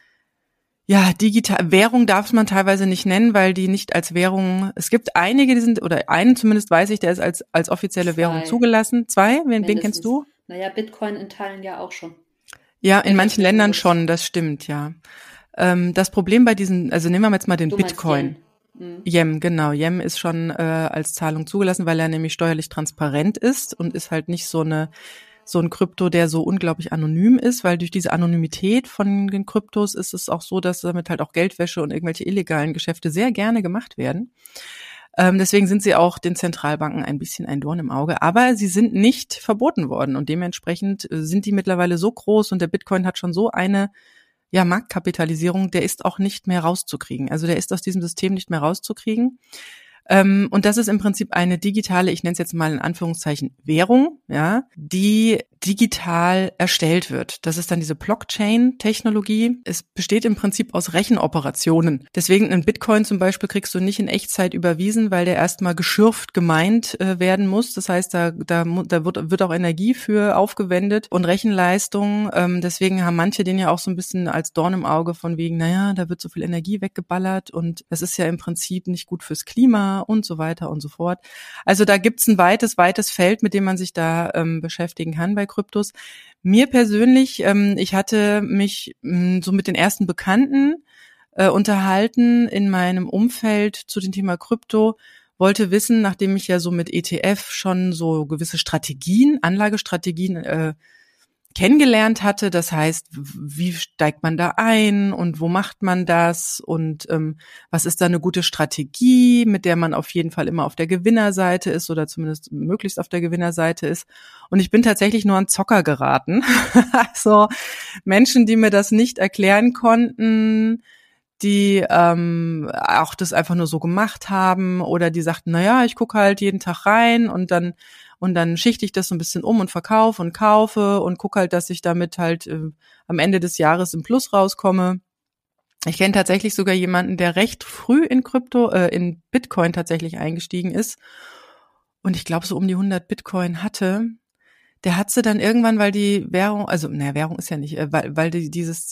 Währung darf man teilweise nicht nennen, weil die nicht als Währung, es gibt einige, die sind, oder einen zumindest weiß ich, der ist als offizielle Währung zugelassen. 2, wen kennst du? Naja, Bitcoin in Teilen ja auch schon. Ja, in manchen Ländern schon, das stimmt, ja. Das Problem bei diesen, also nehmen wir jetzt mal den Bitcoin. Yem, genau. Yem ist schon als Zahlung zugelassen, weil er nämlich steuerlich transparent ist und ist halt nicht so ein Krypto, der so unglaublich anonym ist, weil durch diese Anonymität von den Kryptos ist es auch so, dass damit halt auch Geldwäsche und irgendwelche illegalen Geschäfte sehr gerne gemacht werden. Deswegen sind sie auch den Zentralbanken ein bisschen ein Dorn im Auge, aber sie sind nicht verboten worden und dementsprechend sind die mittlerweile so groß und der Bitcoin hat schon so eine Marktkapitalisierung, der ist auch nicht mehr rauszukriegen. Also der ist aus diesem System nicht mehr rauszukriegen. Und das ist im Prinzip eine digitale, ich nenne es jetzt mal in Anführungszeichen Währung, ja, die digital erstellt wird. Das ist dann diese Blockchain-Technologie. Es besteht im Prinzip aus Rechenoperationen. Deswegen einen Bitcoin zum Beispiel kriegst du nicht in Echtzeit überwiesen, weil der erstmal geschürft gemeint werden muss. Das heißt, da wird auch Energie für aufgewendet und Rechenleistung. Deswegen haben manche den ja auch so ein bisschen als Dorn im Auge von wegen, da wird so viel Energie weggeballert und das ist ja im Prinzip nicht gut fürs Klima und so weiter und so fort. Also da gibt's ein weites Feld, mit dem man sich da beschäftigen kann bei Kryptos. Mir persönlich, ich hatte mich so mit den ersten Bekannten unterhalten in meinem Umfeld zu dem Thema Krypto, wollte wissen, nachdem ich ja so mit ETF schon so gewisse Anlagestrategien kennengelernt hatte. Das heißt, wie steigt man da ein und wo macht man das und was ist da eine gute Strategie, mit der man auf jeden Fall immer auf der Gewinnerseite ist oder zumindest möglichst auf der Gewinnerseite ist. Und ich bin tatsächlich nur an Zocker geraten. Also Menschen, die mir das nicht erklären konnten, die auch das einfach nur so gemacht haben oder die sagten, ich gucke halt jeden Tag rein und dann schichte ich das so ein bisschen um und verkaufe und kaufe und gucke halt, dass ich damit halt am Ende des Jahres im Plus rauskomme. Ich kenne tatsächlich sogar jemanden, der recht früh in Bitcoin tatsächlich eingestiegen ist und ich glaube so um die 100 Bitcoin hatte. Der hat sie dann irgendwann, weil die Währung, also Währung ist ja nicht, weil dieses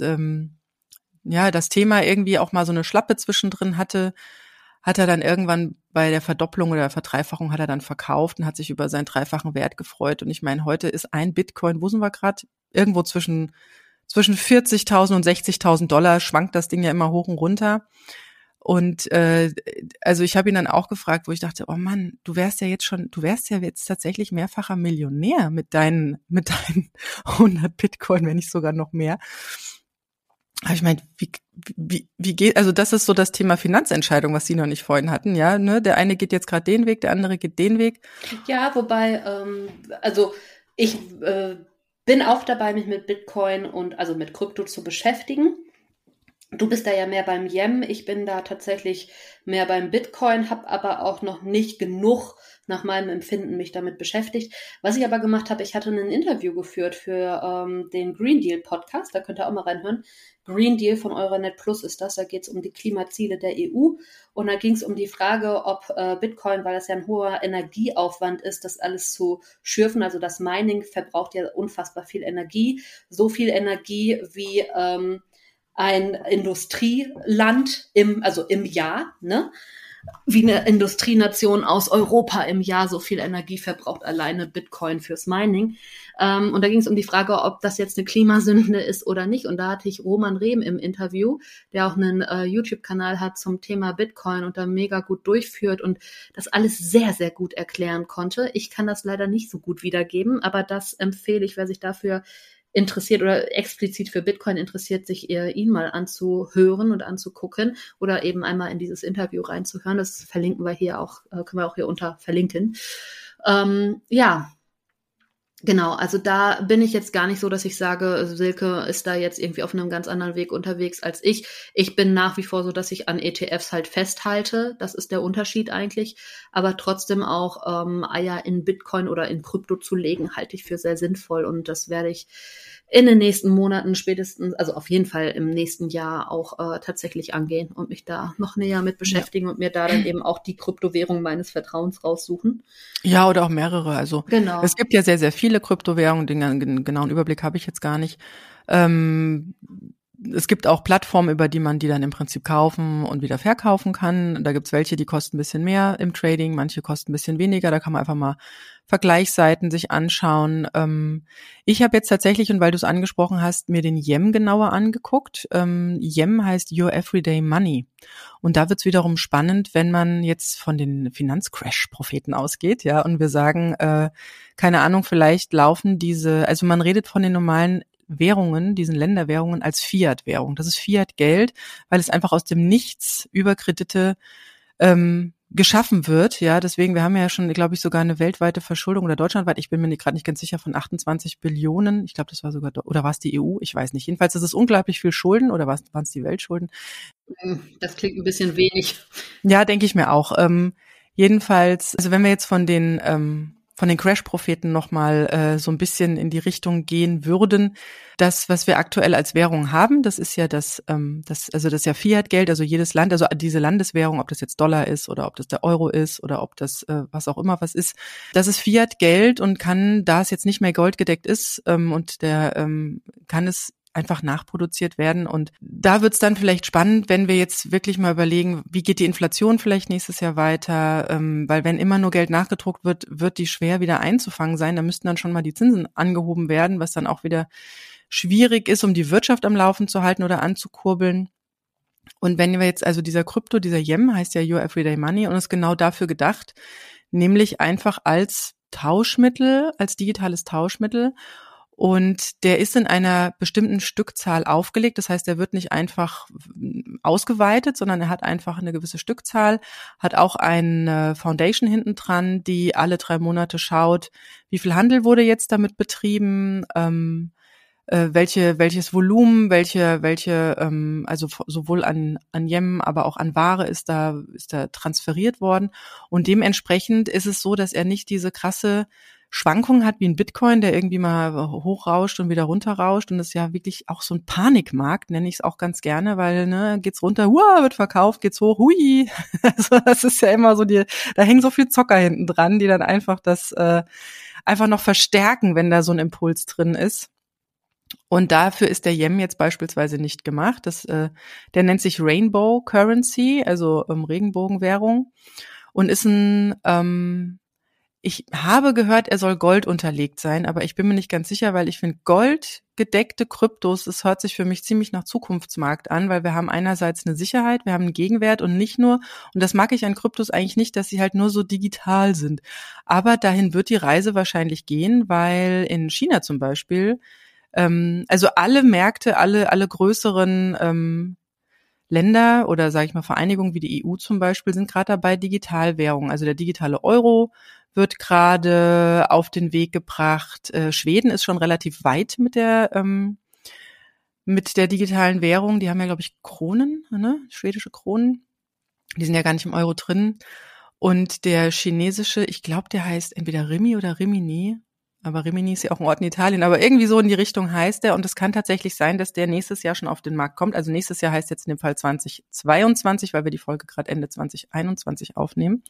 das Thema irgendwie auch mal so eine Schlappe zwischendrin hatte, hat er dann irgendwann bei der Verdopplung oder Verdreifachung hat er dann verkauft und hat sich über seinen dreifachen Wert gefreut. Und ich meine, heute ist ein Bitcoin, wo sind wir gerade? Irgendwo zwischen 40.000 und 60.000 $, schwankt das Ding ja immer hoch und runter. Und also ich habe ihn dann auch gefragt, wo ich dachte, oh Mann, du wärst ja jetzt tatsächlich mehrfacher Millionär mit deinen 100 Bitcoin, wenn nicht sogar noch mehr. Aber ich meine, wie geht, also das ist so das Thema Finanzentscheidung, was Sie noch nicht vorhin hatten, ja, ne? Der eine geht jetzt gerade den Weg, der andere geht den Weg. Ja, wobei, also ich bin auch dabei, mich mit Bitcoin und also mit Krypto zu beschäftigen. Du bist da ja mehr beim Yem, ich bin da tatsächlich mehr beim Bitcoin, habe aber auch noch nicht genug nach meinem Empfinden mich damit beschäftigt. Was ich aber gemacht habe, ich hatte ein Interview geführt für den Green Deal Podcast, da könnt ihr auch mal reinhören. Green Deal von Euronet Plus ist das, da geht es um die Klimaziele der EU und da ging es um die Frage, ob Bitcoin, weil das ja ein hoher Energieaufwand ist, das alles zu schürfen, also das Mining verbraucht ja unfassbar viel Energie, so viel Energie wie ein Industrieland im Jahr, ne? Wie eine Industrienation aus Europa im Jahr so viel Energie verbraucht alleine Bitcoin fürs Mining. Und da ging es um die Frage, ob das jetzt eine Klimasünde ist oder nicht. Und da hatte ich Roman Rehm im Interview, der auch einen YouTube-Kanal hat zum Thema Bitcoin und da mega gut durchführt und das alles sehr, sehr gut erklären konnte. Ich kann das leider nicht so gut wiedergeben, aber das empfehle ich, wer sich dafür interessiert oder explizit für Bitcoin interessiert, sich ihn mal anzuhören und anzugucken oder eben einmal in dieses Interview reinzuhören. Das verlinken wir hier auch, können wir auch hier unter verlinken. Ja, genau, also da bin ich jetzt gar nicht so, dass ich sage, Silke ist da jetzt irgendwie auf einem ganz anderen Weg unterwegs als ich. Ich bin nach wie vor so, dass ich an ETFs halt festhalte. Das ist der Unterschied eigentlich. Aber trotzdem auch Eier in Bitcoin oder in Krypto zu legen, halte ich für sehr sinnvoll. Und das werde ich in den nächsten Monaten spätestens, also auf jeden Fall im nächsten Jahr auch tatsächlich angehen und mich da noch näher mit beschäftigen und mir da dann eben auch die Kryptowährung meines Vertrauens raussuchen. Ja, oder auch mehrere. Also Genau. Es gibt ja sehr, sehr viele Kryptowährungen, den genauen Überblick habe ich jetzt gar nicht. Es gibt auch Plattformen, über die man die dann im Prinzip kaufen und wieder verkaufen kann. Da gibt's welche, die kosten ein bisschen mehr im Trading, manche kosten ein bisschen weniger. Da kann man einfach mal Vergleichsseiten sich anschauen. Ich habe jetzt tatsächlich, und weil du es angesprochen hast, mir den Yem genauer angeguckt. Yem heißt Your Everyday Money. Und da wird's wiederum spannend, wenn man jetzt von den Finanzcrash-Propheten ausgeht, ja, und wir sagen, keine Ahnung, vielleicht laufen also man redet von den normalen Währungen, diesen Länderwährungen als Fiat-Währung. Das ist Fiat-Geld, weil es einfach aus dem Nichts über Kredite geschaffen wird. Ja, deswegen, wir haben ja schon, glaube ich, sogar eine weltweite Verschuldung oder deutschlandweit, ich bin mir gerade nicht ganz sicher, von 28 Billionen. Ich glaube, das war sogar, oder war es die EU? Ich weiß nicht. Jedenfalls ist es unglaublich viel Schulden oder waren es die Weltschulden? Das klingt ein bisschen wenig. Ja, denke ich mir auch. Jedenfalls, also wenn wir jetzt von den Crash-Propheten nochmal so ein bisschen in die Richtung gehen würden, das, was wir aktuell als Währung haben, das ist ja das ist ja Fiat-Geld, also jedes Land, also diese Landeswährung, ob das jetzt Dollar ist oder ob das der Euro ist oder ob das was auch immer was ist, das ist Fiat-Geld und kann, da es jetzt nicht mehr goldgedeckt ist und der kann es einfach nachproduziert werden. Und da wird's dann vielleicht spannend, wenn wir jetzt wirklich mal überlegen, wie geht die Inflation vielleicht nächstes Jahr weiter, weil wenn immer nur Geld nachgedruckt wird, wird die schwer wieder einzufangen sein. Da müssten dann schon mal die Zinsen angehoben werden, was dann auch wieder schwierig ist, um die Wirtschaft am Laufen zu halten oder anzukurbeln. Und wenn wir jetzt, also dieser Yem heißt ja Your Everyday Money und ist genau dafür gedacht, nämlich einfach als Tauschmittel, als digitales Tauschmittel. Und der ist in einer bestimmten Stückzahl aufgelegt. Das heißt, er wird nicht einfach ausgeweitet, sondern er hat einfach eine gewisse Stückzahl, hat auch eine Foundation hinten dran, die alle 3 Monate schaut, wie viel Handel wurde jetzt damit betrieben, welches Volumen, also sowohl an Yem, aber auch an Ware ist da transferiert worden. Und dementsprechend ist es so, dass er nicht diese krasse Schwankungen hat wie ein Bitcoin, der irgendwie mal hochrauscht und wieder runterrauscht. Und das ist ja wirklich auch so ein Panikmarkt, nenne ich es auch ganz gerne, weil geht's runter, wird verkauft, geht's hoch, hui. Also das ist ja immer so, da hängen so viel Zocker hinten dran, die dann einfach das einfach noch verstärken, wenn da so ein Impuls drin ist. Und dafür ist der Yem jetzt beispielsweise nicht gemacht. Der nennt sich Rainbow Currency, also Regenbogenwährung, und ist Ich habe gehört, er soll Gold unterlegt sein, aber ich bin mir nicht ganz sicher, weil ich finde, goldgedeckte Kryptos, das hört sich für mich ziemlich nach Zukunftsmarkt an, weil wir haben einerseits eine Sicherheit, wir haben einen Gegenwert und nicht nur, und das mag ich an Kryptos eigentlich nicht, dass sie halt nur so digital sind. Aber dahin wird die Reise wahrscheinlich gehen, weil in China zum Beispiel, also alle Märkte, alle größeren Länder oder sage ich mal Vereinigungen wie die EU zum Beispiel sind gerade dabei, Digitalwährungen, also der digitale Euro wird gerade auf den Weg gebracht. Schweden ist schon relativ weit mit der digitalen Währung. Die haben ja, glaube ich, Kronen, ne? Schwedische Kronen. Die sind ja gar nicht im Euro drin. Und der chinesische, ich glaube, der heißt entweder Rimi oder Rimini. Aber Rimini ist ja auch ein Ort in Italien. Aber irgendwie so in die Richtung heißt der. Und es kann tatsächlich sein, dass der nächstes Jahr schon auf den Markt kommt. Also nächstes Jahr heißt jetzt in dem Fall 2022, weil wir die Folge gerade Ende 2021 aufnehmen.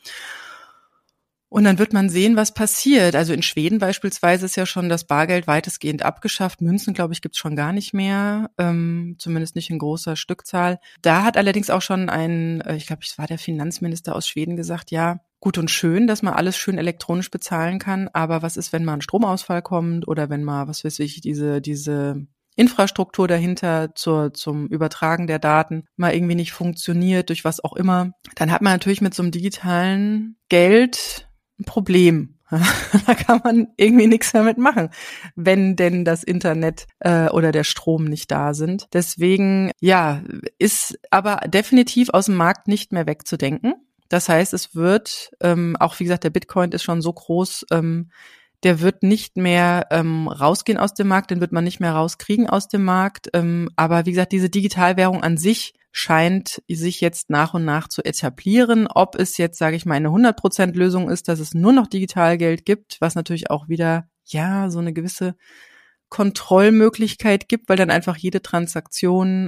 Und dann wird man sehen, was passiert. Also in Schweden beispielsweise ist ja schon das Bargeld weitestgehend abgeschafft. Münzen, glaube ich, gibt's schon gar nicht mehr, zumindest nicht in großer Stückzahl. Da hat allerdings auch schon ich glaube, es war der Finanzminister aus Schweden gesagt, ja, gut und schön, dass man alles schön elektronisch bezahlen kann, aber was ist, wenn mal ein Stromausfall kommt oder wenn mal, was weiß ich, diese Infrastruktur dahinter zum Übertragen der Daten mal irgendwie nicht funktioniert, durch was auch immer, dann hat man natürlich mit so einem digitalen Geld ein Problem. Da kann man irgendwie nichts damit machen, wenn denn das Internet oder der Strom nicht da sind. Deswegen, ja, ist aber definitiv aus dem Markt nicht mehr wegzudenken. Das heißt, es wird, auch wie gesagt, der Bitcoin ist schon so groß, der wird nicht mehr rausgehen aus dem Markt, den wird man nicht mehr rauskriegen aus dem Markt. Aber wie gesagt, diese Digitalwährung an sich scheint sich jetzt nach und nach zu etablieren. Ob es jetzt, sage ich mal, eine 100% Lösung ist, dass es nur noch Digitalgeld gibt, was natürlich auch wieder, ja, so eine gewisse Kontrollmöglichkeit gibt, weil dann einfach jede Transaktion,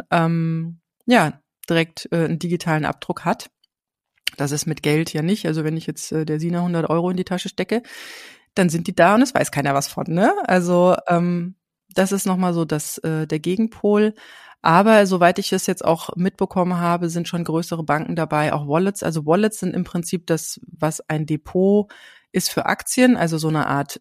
direkt einen digitalen Abdruck hat. Das ist mit Geld ja nicht. Also wenn ich jetzt der Sina 100 Euro in die Tasche stecke, dann sind die da und es weiß keiner was von, ne? Also das ist nochmal so der Gegenpol. Aber soweit ich es jetzt auch mitbekommen habe, sind schon größere Banken dabei, auch Wallets. Also Wallets sind im Prinzip das, was ein Depot ist für Aktien, also so eine Art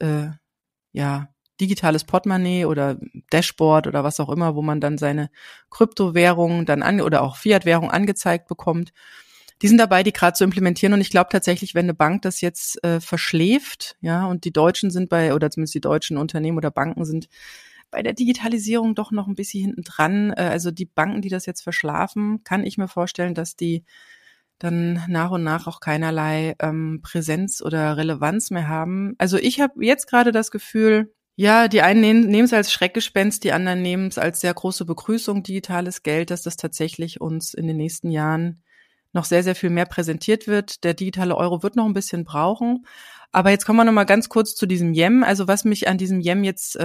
digitales Portemonnaie oder Dashboard oder was auch immer, wo man dann seine Kryptowährung dann oder auch Fiat-Währung angezeigt bekommt. Die sind dabei, die gerade zu implementieren und ich glaube tatsächlich, wenn eine Bank das jetzt verschläft, ja, und die Deutschen sind oder zumindest die deutschen Unternehmen oder Banken sind bei der Digitalisierung doch noch ein bisschen hinten dran. Also die Banken, die das jetzt verschlafen, kann ich mir vorstellen, dass die dann nach und nach auch keinerlei Präsenz oder Relevanz mehr haben. Also ich habe jetzt gerade das Gefühl, ja, die einen nehmen es als Schreckgespenst, die anderen nehmen es als sehr große Begrüßung, digitales Geld, dass das tatsächlich uns in den nächsten Jahren noch sehr, sehr viel mehr präsentiert wird. Der digitale Euro wird noch ein bisschen brauchen. Aber jetzt kommen wir noch mal ganz kurz zu diesem Yen. Also was mich an diesem Yen jetzt,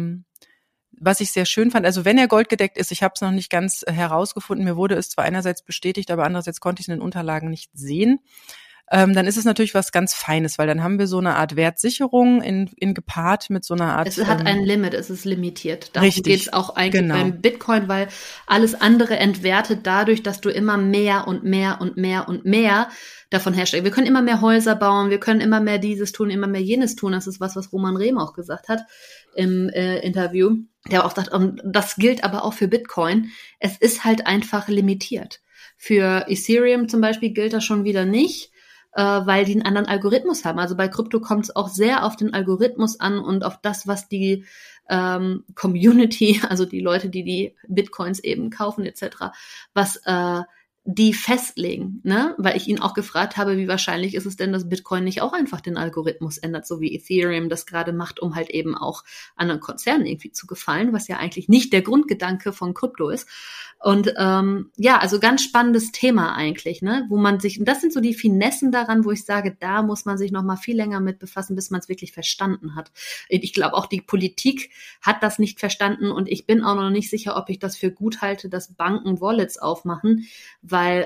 was ich sehr schön fand, also wenn er goldgedeckt ist, ich habe es noch nicht ganz herausgefunden, mir wurde es zwar einerseits bestätigt, aber andererseits konnte ich es in den Unterlagen nicht sehen. Dann ist es natürlich was ganz Feines, weil dann haben wir so eine Art Wertsicherung in gepaart mit so einer Art. Es hat ein Limit, es ist limitiert. Darum Richtig, geht es auch eigentlich beim Bitcoin, weil alles andere entwertet dadurch, dass du immer mehr und mehr und mehr und mehr davon herstellst. Wir können immer mehr Häuser bauen, wir können immer mehr dieses tun, immer mehr jenes tun. Das ist was Roman Rehm auch gesagt hat im Interview. Der auch sagt, und das gilt aber auch für Bitcoin. Es ist halt einfach limitiert. Für Ethereum zum Beispiel gilt das schon wieder nicht, weil die einen anderen Algorithmus haben. Also bei Krypto kommt es auch sehr auf den Algorithmus an und auf das, was die Community, also die Leute, die Bitcoins eben kaufen etc., was die festlegen, ne? Weil ich ihn auch gefragt habe, wie wahrscheinlich ist es denn, dass Bitcoin nicht auch einfach den Algorithmus ändert, so wie Ethereum das gerade macht, um halt eben auch anderen Konzernen irgendwie zu gefallen, was ja eigentlich nicht der Grundgedanke von Krypto ist. Und also ganz spannendes Thema eigentlich, ne? Wo man sich, und das sind so die Finessen daran, wo ich sage, da muss man sich noch mal viel länger mit befassen, bis man es wirklich verstanden hat. Ich glaube, auch die Politik hat das nicht verstanden und ich bin auch noch nicht sicher, ob ich das für gut halte, dass Banken Wallets aufmachen, weil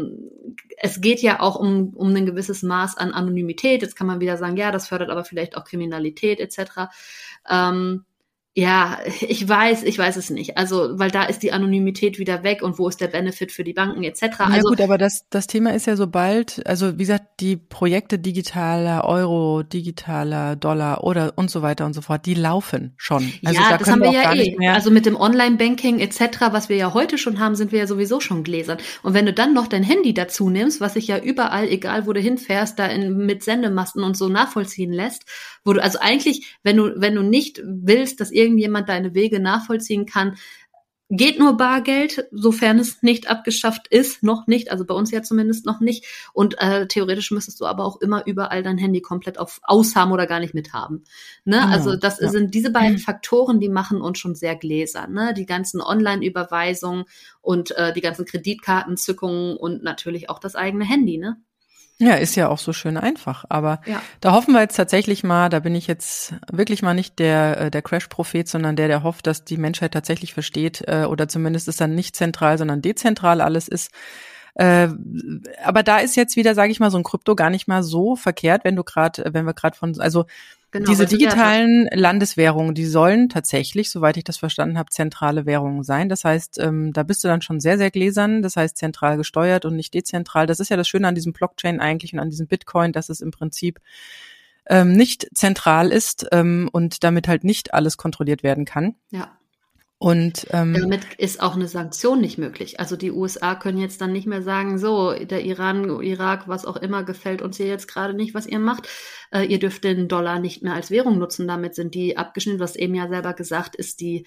es geht ja auch um ein gewisses Maß an Anonymität. Jetzt kann man wieder sagen, ja, das fördert aber vielleicht auch Kriminalität etc. Ja, ich weiß es nicht. Also, weil da ist die Anonymität wieder weg und wo ist der Benefit für die Banken etc. Ja Also gut, aber das Thema ist ja sobald, also wie gesagt, die Projekte digitaler Euro, digitaler Dollar oder und so weiter und so fort, die laufen schon. Also ja, da das können haben wir wir auch ja gar nicht mehr. Also mit dem Online-Banking etc., was wir ja heute schon haben, sind wir ja sowieso schon gläsern. Und wenn du dann noch dein Handy dazu nimmst, was sich ja überall, egal wo du hinfährst, mit Sendemasten und so nachvollziehen lässt, wo du also eigentlich, wenn du nicht willst, dass irgendjemand deine Wege nachvollziehen kann, geht nur Bargeld, sofern es nicht abgeschafft ist, noch nicht, also bei uns ja zumindest noch nicht. Und theoretisch müsstest du aber auch immer überall dein Handy komplett auf aus haben oder gar nicht mithaben. Ne? Genau, Also das ja. sind diese beiden Faktoren, die machen uns schon sehr gläsern. Ne? Die ganzen Online-Überweisungen und die ganzen Kreditkartenzückungen und natürlich auch das eigene Handy, ne? Ja, ist ja auch so schön einfach. Aber Ja. da hoffen wir jetzt tatsächlich mal, da bin ich jetzt wirklich mal nicht der Crash-Prophet, sondern der hofft, dass die Menschheit tatsächlich versteht, oder zumindest es dann nicht zentral, sondern dezentral alles ist. Aber da ist jetzt wieder, sage ich mal, so ein Krypto gar nicht mal so verkehrt, wenn wir gerade von, also Genau, diese weil es Wert hat. digitalen Landeswährungen, die sollen tatsächlich, soweit ich das verstanden habe, zentrale Währungen sein. Das heißt, da bist du dann schon sehr, sehr gläsern. Das heißt, zentral gesteuert und nicht dezentral. Das ist ja das Schöne an diesem Blockchain eigentlich und an diesem Bitcoin, dass es im Prinzip nicht zentral ist und damit halt nicht alles kontrolliert werden kann. Ja. Und damit ist auch eine Sanktion nicht möglich. Also die USA können jetzt dann nicht mehr sagen, so, der Iran, Irak, was auch immer, gefällt uns hier jetzt gerade nicht, was ihr macht. Ihr dürft den Dollar nicht mehr als Währung nutzen. Damit sind die abgeschnitten. Du hast eben ja selber gesagt, ist die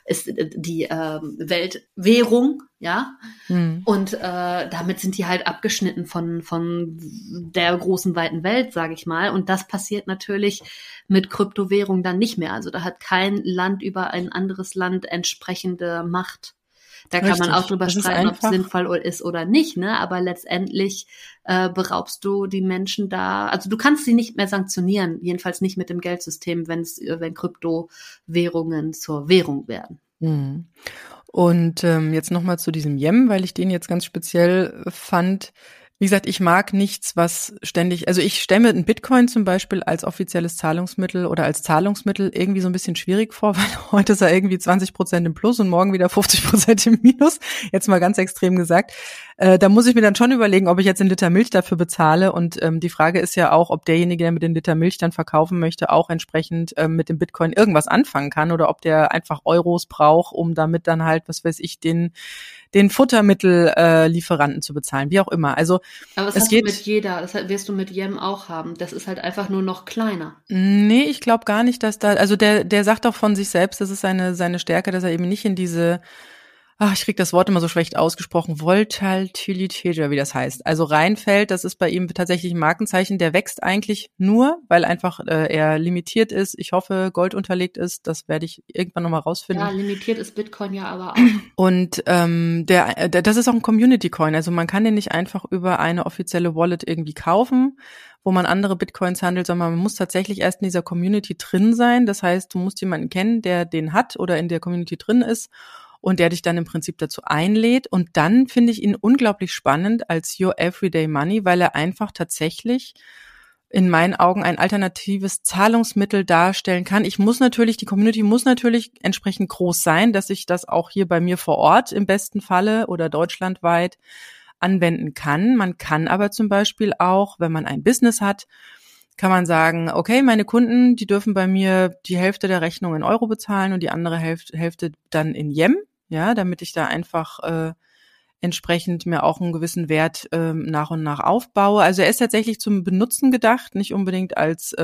Weltwährung, ja. Und damit sind die halt abgeschnitten von der großen, weiten Welt, sage ich mal. Und das passiert natürlich mit Kryptowährung dann nicht mehr. Also da hat kein Land über ein anderes Land entsprechende Macht. Da kann man auch drüber streiten, ob es sinnvoll ist oder nicht, ne? Aber letztendlich beraubst du die Menschen da. Also du kannst sie nicht mehr sanktionieren, jedenfalls nicht mit dem Geldsystem, wenn Kryptowährungen zur Währung werden. Und jetzt nochmal zu diesem Yen, weil ich den jetzt ganz speziell fand. Wie gesagt, ich mag nichts, was ständig, also ich stelle mir einen Bitcoin zum Beispiel als offizielles Zahlungsmittel oder als Zahlungsmittel irgendwie so ein bisschen schwierig vor, weil heute ist er irgendwie 20% im Plus und morgen wieder 50% im Minus. Jetzt mal ganz extrem gesagt. Da muss ich mir dann schon überlegen, ob ich jetzt einen Liter Milch dafür bezahle. Und die Frage ist ja auch, ob derjenige, der mit den Liter Milch dann verkaufen möchte, auch entsprechend mit dem Bitcoin irgendwas anfangen kann oder ob der einfach Euros braucht, um damit dann halt, was weiß ich, den Futtermittellieferanten zu bezahlen, wie auch immer. Also aber das wirst du mit Yen auch haben. Das ist halt einfach nur noch kleiner. Nee, ich glaube gar nicht, dass da, also der sagt auch von sich selbst, das ist seine Stärke, dass er eben nicht in diese, ich krieg das Wort immer so schlecht ausgesprochen, Volatilität oder wie das heißt. Also reinfällt, das ist bei ihm tatsächlich ein Markenzeichen, der wächst eigentlich nur, weil einfach er limitiert ist. Ich hoffe, Gold unterlegt ist, das werde ich irgendwann nochmal rausfinden. Ja, limitiert ist Bitcoin ja aber auch. Und das ist auch ein Community-Coin, also man kann den nicht einfach über eine offizielle Wallet irgendwie kaufen, wo man andere Bitcoins handelt, sondern man muss tatsächlich erst in dieser Community drin sein. Das heißt, du musst jemanden kennen, der den hat oder in der Community drin ist und der dich dann im Prinzip dazu einlädt. Und dann finde ich ihn unglaublich spannend als Your Everyday Money, weil er einfach tatsächlich in meinen Augen ein alternatives Zahlungsmittel darstellen kann. Die Community muss natürlich entsprechend groß sein, dass ich das auch hier bei mir vor Ort im besten Falle oder deutschlandweit anwenden kann. Man kann aber zum Beispiel auch, wenn man ein Business hat, kann man sagen, okay, meine Kunden, die dürfen bei mir die Hälfte der Rechnung in Euro bezahlen und die andere Hälfte dann in Yen, ja, damit ich da einfach entsprechend mir auch einen gewissen Wert nach und nach aufbaue. Also er ist tatsächlich zum Benutzen gedacht, nicht unbedingt als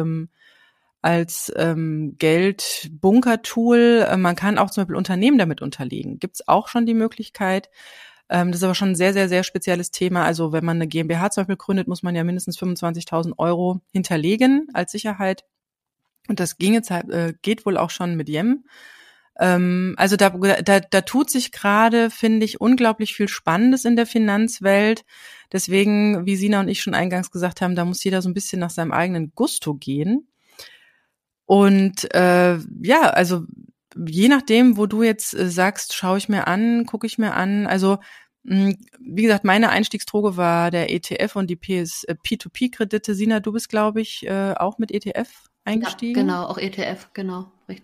Geldbunker-Tool. Man kann auch zum Beispiel Unternehmen damit unterlegen. Gibt es auch schon die Möglichkeit. Das ist aber schon ein sehr, sehr, sehr spezielles Thema. Also wenn man eine GmbH zum Beispiel gründet, muss man ja mindestens 25.000 Euro hinterlegen als Sicherheit. Und das geht wohl auch schon mit Yen. Also da tut sich gerade, finde ich, unglaublich viel Spannendes in der Finanzwelt. Deswegen, wie Sina und ich schon eingangs gesagt haben, da muss jeder so ein bisschen nach seinem eigenen Gusto gehen. Und also je nachdem, wo du jetzt sagst, schaue ich mir an, gucke ich mir an. Also wie gesagt, meine Einstiegsdroge war der ETF und die P2P-Kredite. Sina, du bist, glaube ich, auch mit ETF eingestiegen. Ja, genau, auch ETF, genau, richtig.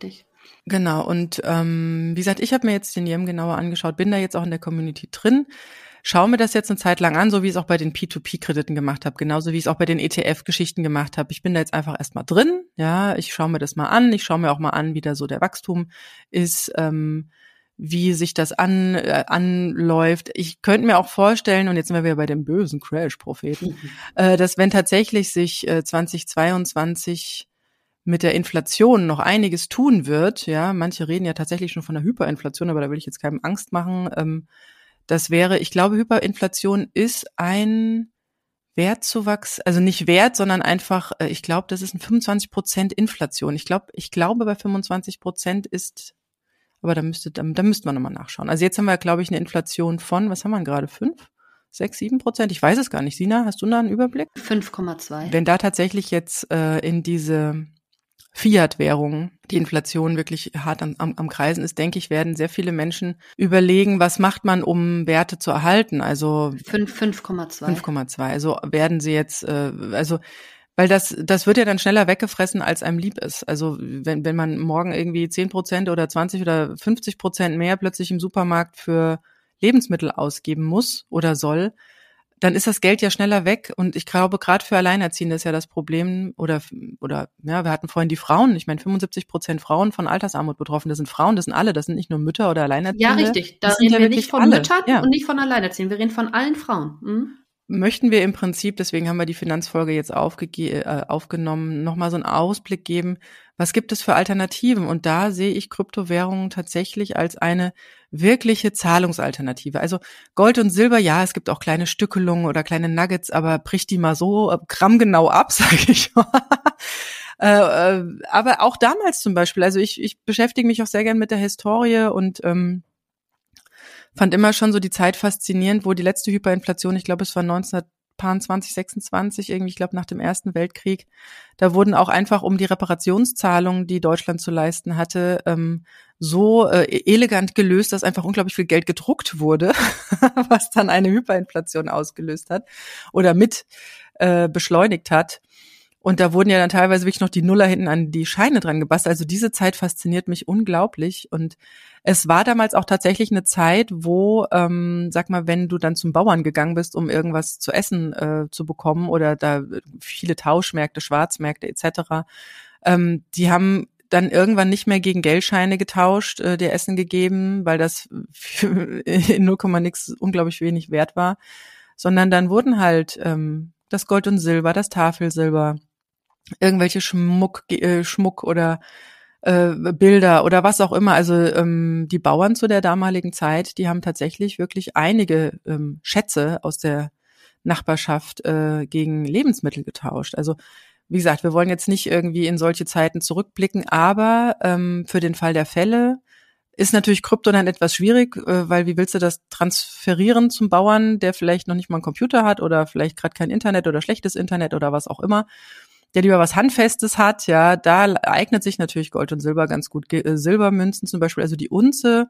Genau, und wie gesagt, ich habe mir jetzt den Yem genauer angeschaut, bin da jetzt auch in der Community drin, schaue mir das jetzt eine Zeit lang an, so wie ich es auch bei den P2P-Krediten gemacht habe, genauso wie ich es auch bei den ETF-Geschichten gemacht habe. Ich bin da jetzt einfach erstmal drin, ja, ich schaue mir das mal an, ich schaue mir auch mal an, wie da so der Wachstum ist, wie sich das anläuft. Ich könnte mir auch vorstellen, und jetzt sind wir wieder bei dem bösen Crash-Propheten, dass wenn tatsächlich sich 2022 mit der Inflation noch einiges tun wird, ja, manche reden ja tatsächlich schon von der Hyperinflation, aber da will ich jetzt keinem Angst machen. Das wäre, ich glaube, Hyperinflation ist ein Wertzuwachs, also nicht Wert, sondern einfach, ich glaube, das ist ein 25% Inflation. Ich glaube, bei 25% ist, aber da müssten wir nochmal nachschauen. Also jetzt haben wir, glaube ich, eine Inflation von, was haben wir denn gerade, 5, 6, 7%? Ich weiß es gar nicht. Sina, hast du da einen Überblick? 5,2. Wenn da tatsächlich jetzt in diese Fiat-Währung die Inflation wirklich hart am Kreisen ist, denke ich, werden sehr viele Menschen überlegen, was macht man, um Werte zu erhalten. Also 5,2. 5,2. Also werden sie jetzt, weil das wird ja dann schneller weggefressen, als einem lieb ist. Also wenn man morgen irgendwie 10% oder 20 oder 50% mehr plötzlich im Supermarkt für Lebensmittel ausgeben muss oder soll, dann ist das Geld ja schneller weg. Und ich glaube, gerade für Alleinerziehende ist ja das Problem, oder ja, wir hatten vorhin die Frauen. Ich meine, 75% Frauen von Altersarmut betroffen. Das sind Frauen, das sind alle, das sind nicht nur Mütter oder Alleinerziehende. Ja, richtig. Da reden wir nicht von Müttern und nicht von Alleinerziehenden. Wir reden von allen Frauen. Möchten wir im Prinzip, deswegen haben wir die Finanzfolge jetzt aufgenommen, nochmal so einen Ausblick geben, was gibt es für Alternativen? Und da sehe ich Kryptowährungen tatsächlich als eine wirkliche Zahlungsalternative. Also Gold und Silber, ja, es gibt auch kleine Stückelungen oder kleine Nuggets, aber bricht die mal so grammgenau ab, sage ich mal. Aber auch damals zum Beispiel, also ich beschäftige mich auch sehr gern mit der Historie und fand immer schon so die Zeit faszinierend, wo die letzte Hyperinflation, ich glaube, es war 1920, 26 irgendwie, ich glaube nach dem Ersten Weltkrieg, da wurden auch einfach, um die Reparationszahlungen, die Deutschland zu leisten hatte, so elegant gelöst, dass einfach unglaublich viel Geld gedruckt wurde, was dann eine Hyperinflation ausgelöst hat oder mit beschleunigt hat. Und da wurden ja dann teilweise wirklich noch die Nuller hinten an die Scheine dran gebastelt. Also diese Zeit fasziniert mich unglaublich. Und es war damals auch tatsächlich eine Zeit, wo, sag mal, wenn du dann zum Bauern gegangen bist, um irgendwas zu essen zu bekommen oder da viele Tauschmärkte, Schwarzmärkte etc., die haben dann irgendwann nicht mehr gegen Geldscheine getauscht, dir Essen gegeben, weil das in 0, nix unglaublich wenig wert war, sondern dann wurden halt das Gold und Silber, das Tafelsilber, irgendwelche Schmuck oder Bilder oder was auch immer. Also die Bauern zu der damaligen Zeit, die haben tatsächlich wirklich einige Schätze aus der Nachbarschaft gegen Lebensmittel getauscht. Also wie gesagt, wir wollen jetzt nicht irgendwie in solche Zeiten zurückblicken, aber für den Fall der Fälle ist natürlich Krypto dann etwas schwierig, weil wie willst du das transferieren zum Bauern, der vielleicht noch nicht mal einen Computer hat oder vielleicht gerade kein Internet oder schlechtes Internet oder was auch immer, der lieber was Handfestes hat, ja, da eignet sich natürlich Gold und Silber ganz gut. Silbermünzen zum Beispiel, also die Unze,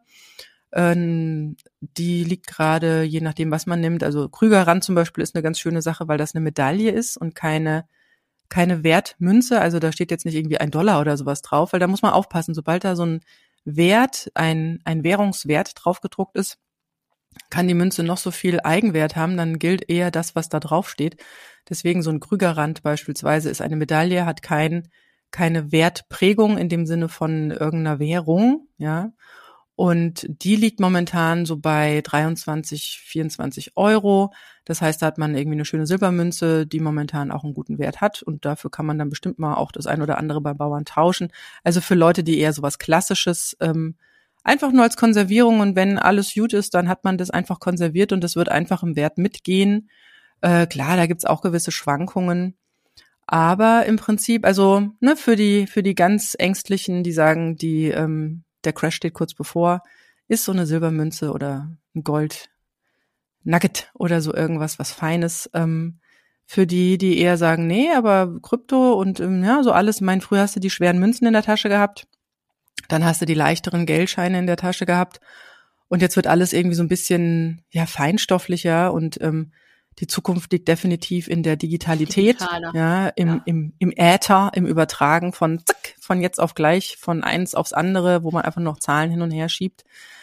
die liegt gerade, je nachdem, was man nimmt, also Krügerrand zum Beispiel ist eine ganz schöne Sache, weil das eine Medaille ist und keine Wertmünze, also da steht jetzt nicht irgendwie $1 oder sowas drauf, weil da muss man aufpassen, sobald da so ein Wert, ein Währungswert draufgedruckt ist, kann die Münze noch so viel Eigenwert haben, dann gilt eher das, was da drauf steht. Deswegen so ein Krügerrand beispielsweise ist eine Medaille, hat keine Wertprägung in dem Sinne von irgendeiner Währung, ja. Und die liegt momentan so bei 23, 24 Euro. Das heißt, da hat man irgendwie eine schöne Silbermünze, die momentan auch einen guten Wert hat. Und dafür kann man dann bestimmt mal auch das ein oder andere bei Bauern tauschen. Also für Leute, die eher sowas Klassisches, einfach nur als Konservierung. Und wenn alles gut ist, dann hat man das einfach konserviert und das wird einfach im Wert mitgehen. Klar, da gibt's auch gewisse Schwankungen. Aber im Prinzip, also für die ganz Ängstlichen, die sagen, der Crash steht kurz bevor, ist so eine Silbermünze oder ein Gold Nugget oder so irgendwas, was Feines. Für die eher sagen, nee, aber Krypto und ja, so alles. Früher hast du die schweren Münzen in der Tasche gehabt, dann hast du die leichteren Geldscheine in der Tasche gehabt und jetzt wird alles irgendwie so ein bisschen ja feinstofflicher und Die Zukunft liegt definitiv in der Digitalität, Digitaler. im Äther, im Übertragen von zack, von jetzt auf gleich, von eins aufs andere, wo man einfach noch Zahlen hin und her schiebt.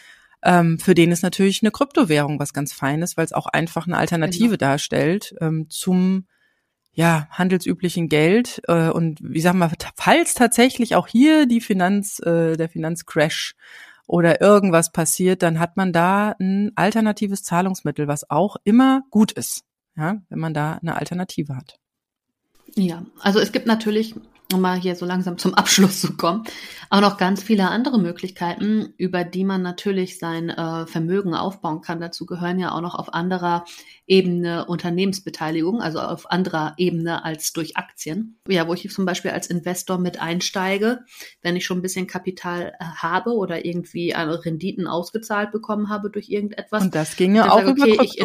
Für den ist natürlich eine Kryptowährung was ganz Feines, weil es auch einfach eine Alternative darstellt zum handelsüblichen Geld. Und wie sagen wir, falls tatsächlich auch hier der Finanzcrash oder irgendwas passiert, dann hat man da ein alternatives Zahlungsmittel, was auch immer gut ist, ja, wenn man da eine Alternative hat. Ja, also es gibt natürlich, um mal hier so langsam zum Abschluss zu kommen, auch noch ganz viele andere Möglichkeiten, über die man natürlich sein Vermögen aufbauen kann. Dazu gehören ja auch noch auf anderer Ebene Unternehmensbeteiligung, also auf anderer Ebene als durch Aktien. Ja, wo ich zum Beispiel als Investor mit einsteige, wenn ich schon ein bisschen Kapital habe oder irgendwie Renditen ausgezahlt bekommen habe durch irgendetwas. Und das ging ja auch über Krypto. Ich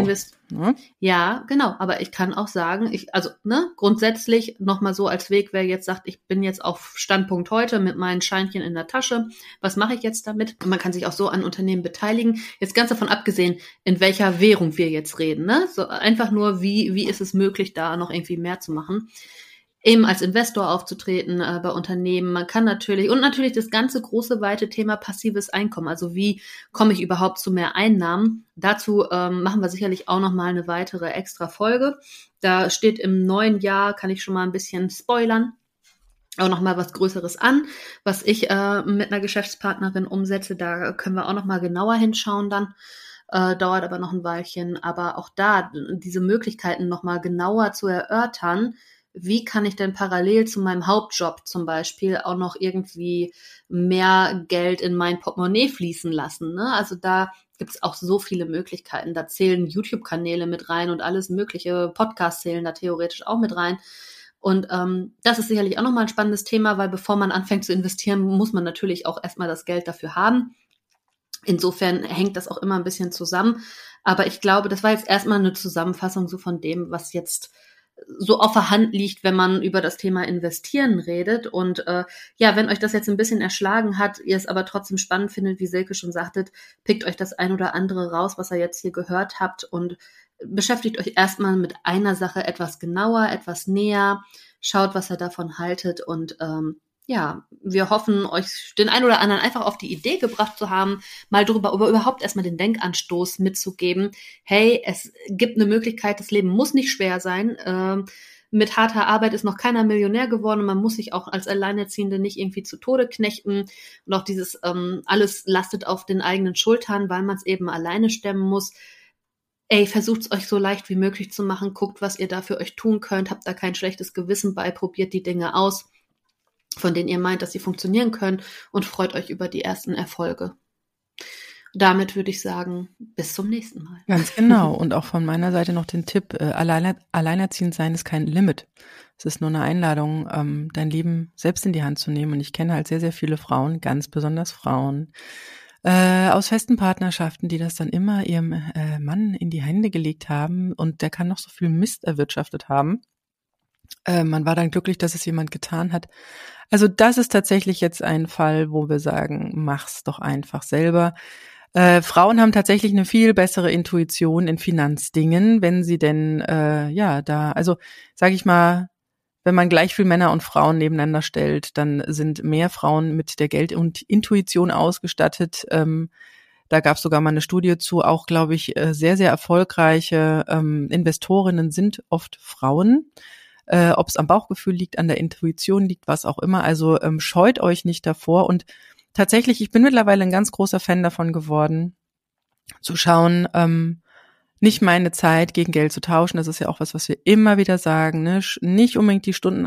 ja, genau. Aber ich kann auch sagen, grundsätzlich nochmal so als Weg, wer jetzt sagt, ich bin jetzt auf Standpunkt heute mit meinen Scheinchen in der Tasche. Was mache ich jetzt damit? Man kann sich auch so an Unternehmen beteiligen. Jetzt ganz davon abgesehen, in welcher Währung wir jetzt reden, ne? So einfach nur, wie ist es möglich, da noch irgendwie mehr zu machen? Eben als Investor aufzutreten bei Unternehmen. Man kann natürlich das ganze große, weite Thema passives Einkommen. Also wie komme ich überhaupt zu mehr Einnahmen? Dazu machen wir sicherlich auch noch mal eine weitere extra Folge. Da steht im neuen Jahr, kann ich schon mal ein bisschen spoilern, auch noch mal was Größeres an, was ich mit einer Geschäftspartnerin umsetze. Da können wir auch noch mal genauer hinschauen dann. Dauert aber noch ein Weilchen. Aber auch da diese Möglichkeiten noch mal genauer zu erörtern. Wie kann ich denn parallel zu meinem Hauptjob zum Beispiel auch noch irgendwie mehr Geld in mein Portemonnaie fließen lassen, ne? Also da gibt es auch so viele Möglichkeiten. Da zählen YouTube-Kanäle mit rein und alles mögliche. Podcasts zählen da theoretisch auch mit rein. Und das ist sicherlich auch nochmal ein spannendes Thema, weil bevor man anfängt zu investieren, muss man natürlich auch erstmal das Geld dafür haben. Insofern hängt das auch immer ein bisschen zusammen. Aber ich glaube, das war jetzt erstmal eine Zusammenfassung so von dem, was jetzt so auf der Hand liegt, wenn man über das Thema Investieren redet. Und wenn euch das jetzt ein bisschen erschlagen hat, ihr es aber trotzdem spannend findet, wie Silke schon sagtet, pickt euch das ein oder andere raus, was ihr jetzt hier gehört habt und beschäftigt euch erstmal mit einer Sache etwas genauer, etwas näher, schaut, was ihr davon haltet und wir hoffen, euch den einen oder anderen einfach auf die Idee gebracht zu haben, mal überhaupt erstmal den Denkanstoß mitzugeben. Hey, es gibt eine Möglichkeit, das Leben muss nicht schwer sein. Mit harter Arbeit ist noch keiner Millionär geworden und man muss sich auch als Alleinerziehende nicht irgendwie zu Tode knechten. Und auch dieses alles lastet auf den eigenen Schultern, weil man es eben alleine stemmen muss. Ey, versucht es euch so leicht wie möglich zu machen. Guckt, was ihr da für euch tun könnt. Habt da kein schlechtes Gewissen bei. Probiert die Dinge aus, von denen ihr meint, dass sie funktionieren können und freut euch über die ersten Erfolge. Damit würde ich sagen, bis zum nächsten Mal. Ganz genau. Und auch von meiner Seite noch den Tipp, alleinerziehend sein ist kein Limit. Es ist nur eine Einladung, dein Leben selbst in die Hand zu nehmen. Und ich kenne halt sehr, sehr viele Frauen, ganz besonders Frauen, aus festen Partnerschaften, die das dann immer ihrem Mann in die Hände gelegt haben und der kann noch so viel Mist erwirtschaftet haben. Man war dann glücklich, dass es jemand getan hat. Also das ist tatsächlich jetzt ein Fall, wo wir sagen, mach's doch einfach selber. Frauen haben tatsächlich eine viel bessere Intuition in Finanzdingen, wenn sie denn sage ich mal, wenn man gleich viel Männer und Frauen nebeneinander stellt, dann sind mehr Frauen mit der Geld- und Intuition ausgestattet. Da gab es sogar mal eine Studie zu, auch glaube ich sehr, sehr erfolgreiche Investorinnen sind oft Frauen. Ob es am Bauchgefühl liegt, an der Intuition liegt, was auch immer. Also scheut euch nicht davor. Und tatsächlich, ich bin mittlerweile ein ganz großer Fan davon geworden, zu schauen, nicht meine Zeit gegen Geld zu tauschen. Das ist ja auch was wir immer wieder sagen, ne? Nicht unbedingt die Stunden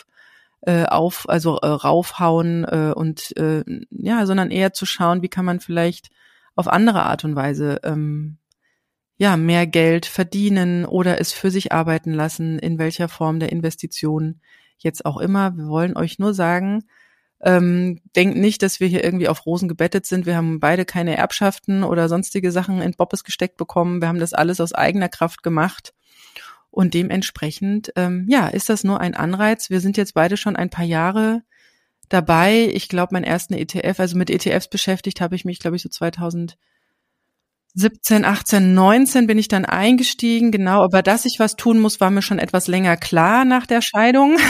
raufhauen sondern eher zu schauen, wie kann man vielleicht auf andere Art und Weise mehr Geld verdienen oder es für sich arbeiten lassen, in welcher Form der Investition jetzt auch immer. Wir wollen euch nur sagen, denkt nicht, dass wir hier irgendwie auf Rosen gebettet sind. Wir haben beide keine Erbschaften oder sonstige Sachen in Boppes gesteckt bekommen. Wir haben das alles aus eigener Kraft gemacht und dementsprechend ist das nur ein Anreiz. Wir sind jetzt beide schon ein paar Jahre dabei. Ich glaube, meinen ersten ETF, also mit ETFs beschäftigt habe ich mich, glaube ich, so 2007 17, 18, 19 bin ich dann eingestiegen, genau. Aber dass ich was tun muss, war mir schon etwas länger klar nach der Scheidung.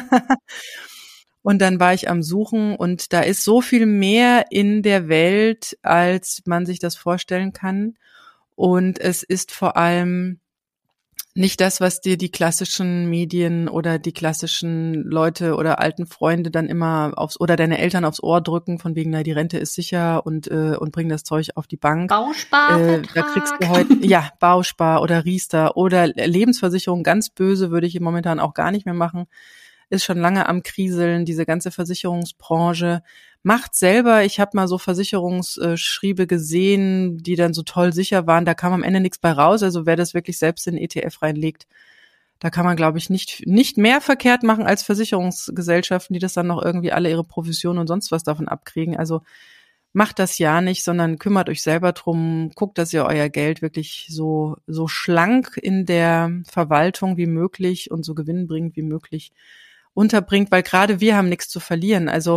Und dann war ich am Suchen und da ist so viel mehr in der Welt, als man sich das vorstellen kann. Und es ist vor allem nicht das, was dir die klassischen Medien oder die klassischen Leute oder alten Freunde dann immer oder deine Eltern aufs Ohr drücken, von wegen, na, die Rente ist sicher und bring das Zeug auf die Bank. Bausparvertrag. Da kriegst du heute, ja, Bauspar oder Riester oder Lebensversicherung, ganz böse, würde ich momentan auch gar nicht mehr machen. Ist schon lange am Kriseln, diese ganze Versicherungsbranche. Macht selber, ich habe mal so Versicherungsschriebe gesehen, die dann so toll sicher waren, da kam am Ende nichts bei raus. Also wer das wirklich selbst in den ETF reinlegt, da kann man, glaube ich, nicht mehr verkehrt machen als Versicherungsgesellschaften, die das dann noch irgendwie alle ihre Provision und sonst was davon abkriegen. Also macht das ja nicht, sondern kümmert euch selber drum, guckt, dass ihr euer Geld wirklich so schlank in der Verwaltung wie möglich und so gewinnbringend wie möglich unterbringt, weil gerade wir haben nichts zu verlieren. Also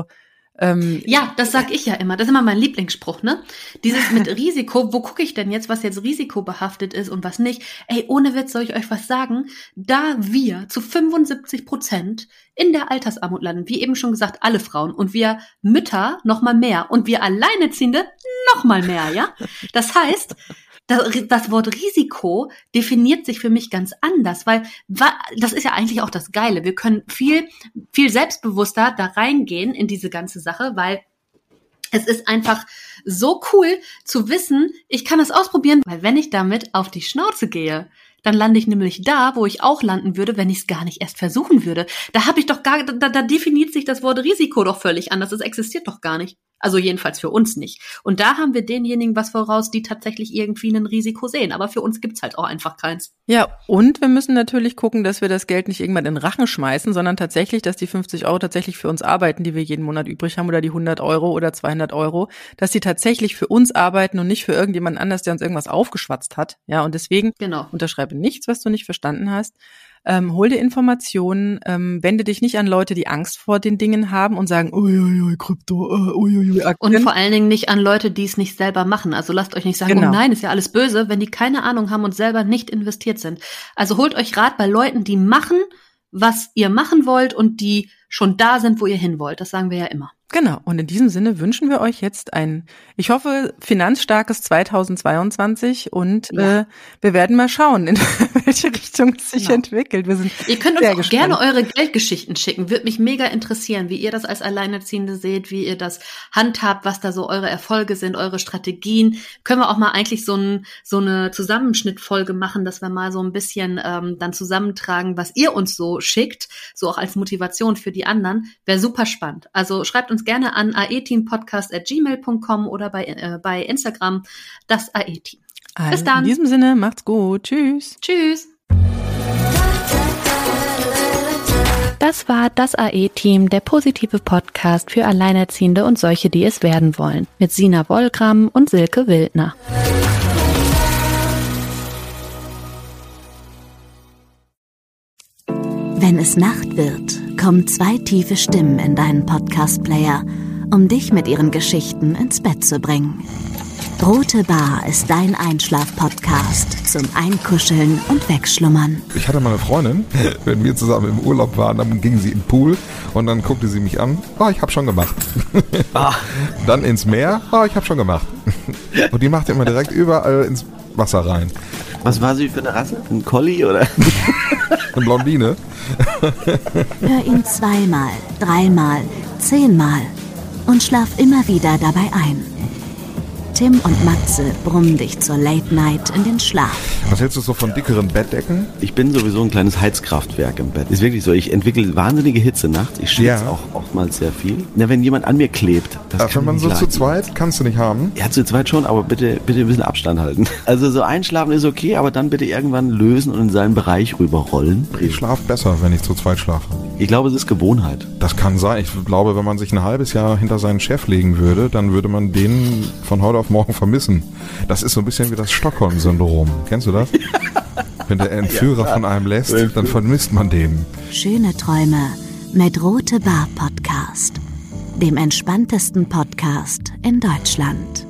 ja, das sag ich ja immer. Das ist immer mein Lieblingsspruch, ne? Dieses mit Risiko, wo gucke ich denn jetzt, was jetzt risikobehaftet ist und was nicht? Ey, ohne Witz soll ich euch was sagen? Da wir zu 75% in der Altersarmut landen, wie eben schon gesagt, alle Frauen und wir Mütter noch mal mehr und wir Alleinerziehende noch mal mehr, ja? Das heißt, das Wort Risiko definiert sich für mich ganz anders, weil das ist ja eigentlich auch das Geile. Wir können viel, viel selbstbewusster da reingehen in diese ganze Sache, weil es ist einfach so cool zu wissen, ich kann das ausprobieren, weil wenn ich damit auf die Schnauze gehe, dann lande ich nämlich da, wo ich auch landen würde, wenn ich es gar nicht erst versuchen würde. Da habe ich doch da definiert sich das Wort Risiko doch völlig anders. Das existiert doch gar nicht. Also jedenfalls für uns nicht. Und da haben wir denjenigen was voraus, die tatsächlich irgendwie ein Risiko sehen. Aber für uns gibt's halt auch einfach keins. Ja, und wir müssen natürlich gucken, dass wir das Geld nicht irgendwann in den Rachen schmeißen, sondern tatsächlich, dass die 50 € tatsächlich für uns arbeiten, die wir jeden Monat übrig haben, oder die 100 € oder 200 €, dass die tatsächlich für uns arbeiten und nicht für irgendjemand anders, der uns irgendwas aufgeschwatzt hat. Ja, und deswegen unterschreibe nichts, was du nicht verstanden hast. Hol dir Informationen, wende dich nicht an Leute, die Angst vor den Dingen haben und sagen, uiuiui, Krypto, uiuiui, Aktien. Und vor allen Dingen nicht an Leute, die es nicht selber machen. Also lasst euch nicht sagen, oh nein, ist ja alles böse, wenn die keine Ahnung haben und selber nicht investiert sind. Also holt euch Rat bei Leuten, die machen, was ihr machen wollt und die schon da sind, wo ihr hin wollt. Das sagen wir ja immer. Genau. Und in diesem Sinne wünschen wir euch jetzt ein, ich hoffe, finanzstarkes 2022 und wir werden mal schauen, in welche Richtung es sich entwickelt. Ihr könnt uns auch gerne eure Geldgeschichten schicken. Würde mich mega interessieren, wie ihr das als Alleinerziehende seht, wie ihr das handhabt, was da so eure Erfolge sind, eure Strategien. Können wir auch mal eigentlich so eine Zusammenschnittfolge machen, dass wir mal so ein bisschen dann zusammentragen, was ihr uns so schickt, so auch als Motivation für die anderen. Wäre super spannend. Also schreibt uns gerne an aeteampodcast@gmail.com oder bei Instagram das AE-Team. Bis dann. In diesem Sinne, macht's gut. Tschüss. Tschüss. Das war das AE-Team, der positive Podcast für Alleinerziehende und solche, die es werden wollen. Mit Sina Wollgramm und Silke Wildner. Wenn es Nacht wird, kommen zwei tiefe Stimmen in deinen Podcast-Player, um dich mit ihren Geschichten ins Bett zu bringen. Rote Bar ist dein Einschlaf-Podcast zum Einkuscheln und Wegschlummern. Ich hatte mal eine Freundin, wenn wir zusammen im Urlaub waren, dann ging sie in den Pool und dann guckte sie mich an. Ich habe schon gemacht. Dann ins Meer. Ich habe schon gemacht. Und die machte immer direkt überall ins Wasser rein. Was war sie für eine Rasse? Ein Collie oder? Eine Blondine. Hör ihn 2-mal, 3-mal, 10-mal und schlaf immer wieder dabei ein. Tim und Matze brummen dich zur Late Night in den Schlaf. Was hältst du so von dickeren Bettdecken? Ich bin sowieso ein kleines Heizkraftwerk im Bett. Ist wirklich so, ich entwickle wahnsinnige Hitze nachts. Ich schwitze auch oftmals sehr viel. Na, wenn jemand an mir klebt, das kann wenn man so zu zweit, kannst du nicht haben? Ja, zu zweit schon, aber bitte ein bisschen Abstand halten. Also so einschlafen ist okay, aber dann bitte irgendwann lösen und in seinen Bereich rüberrollen. Ich schlafe besser, wenn ich zu zweit schlafe. Ich glaube, es ist Gewohnheit. Das kann sein. Ich glaube, wenn man sich ein halbes Jahr hinter seinen Chef legen würde, dann würde man den von heute auf morgen vermissen. Das ist so ein bisschen wie das Stockholm-Syndrom. Kennst du das? Wenn der Entführer von einem lässt, dann vermisst man den. Schöne Träume mit Rote Bar Podcast, dem entspanntesten Podcast in Deutschland.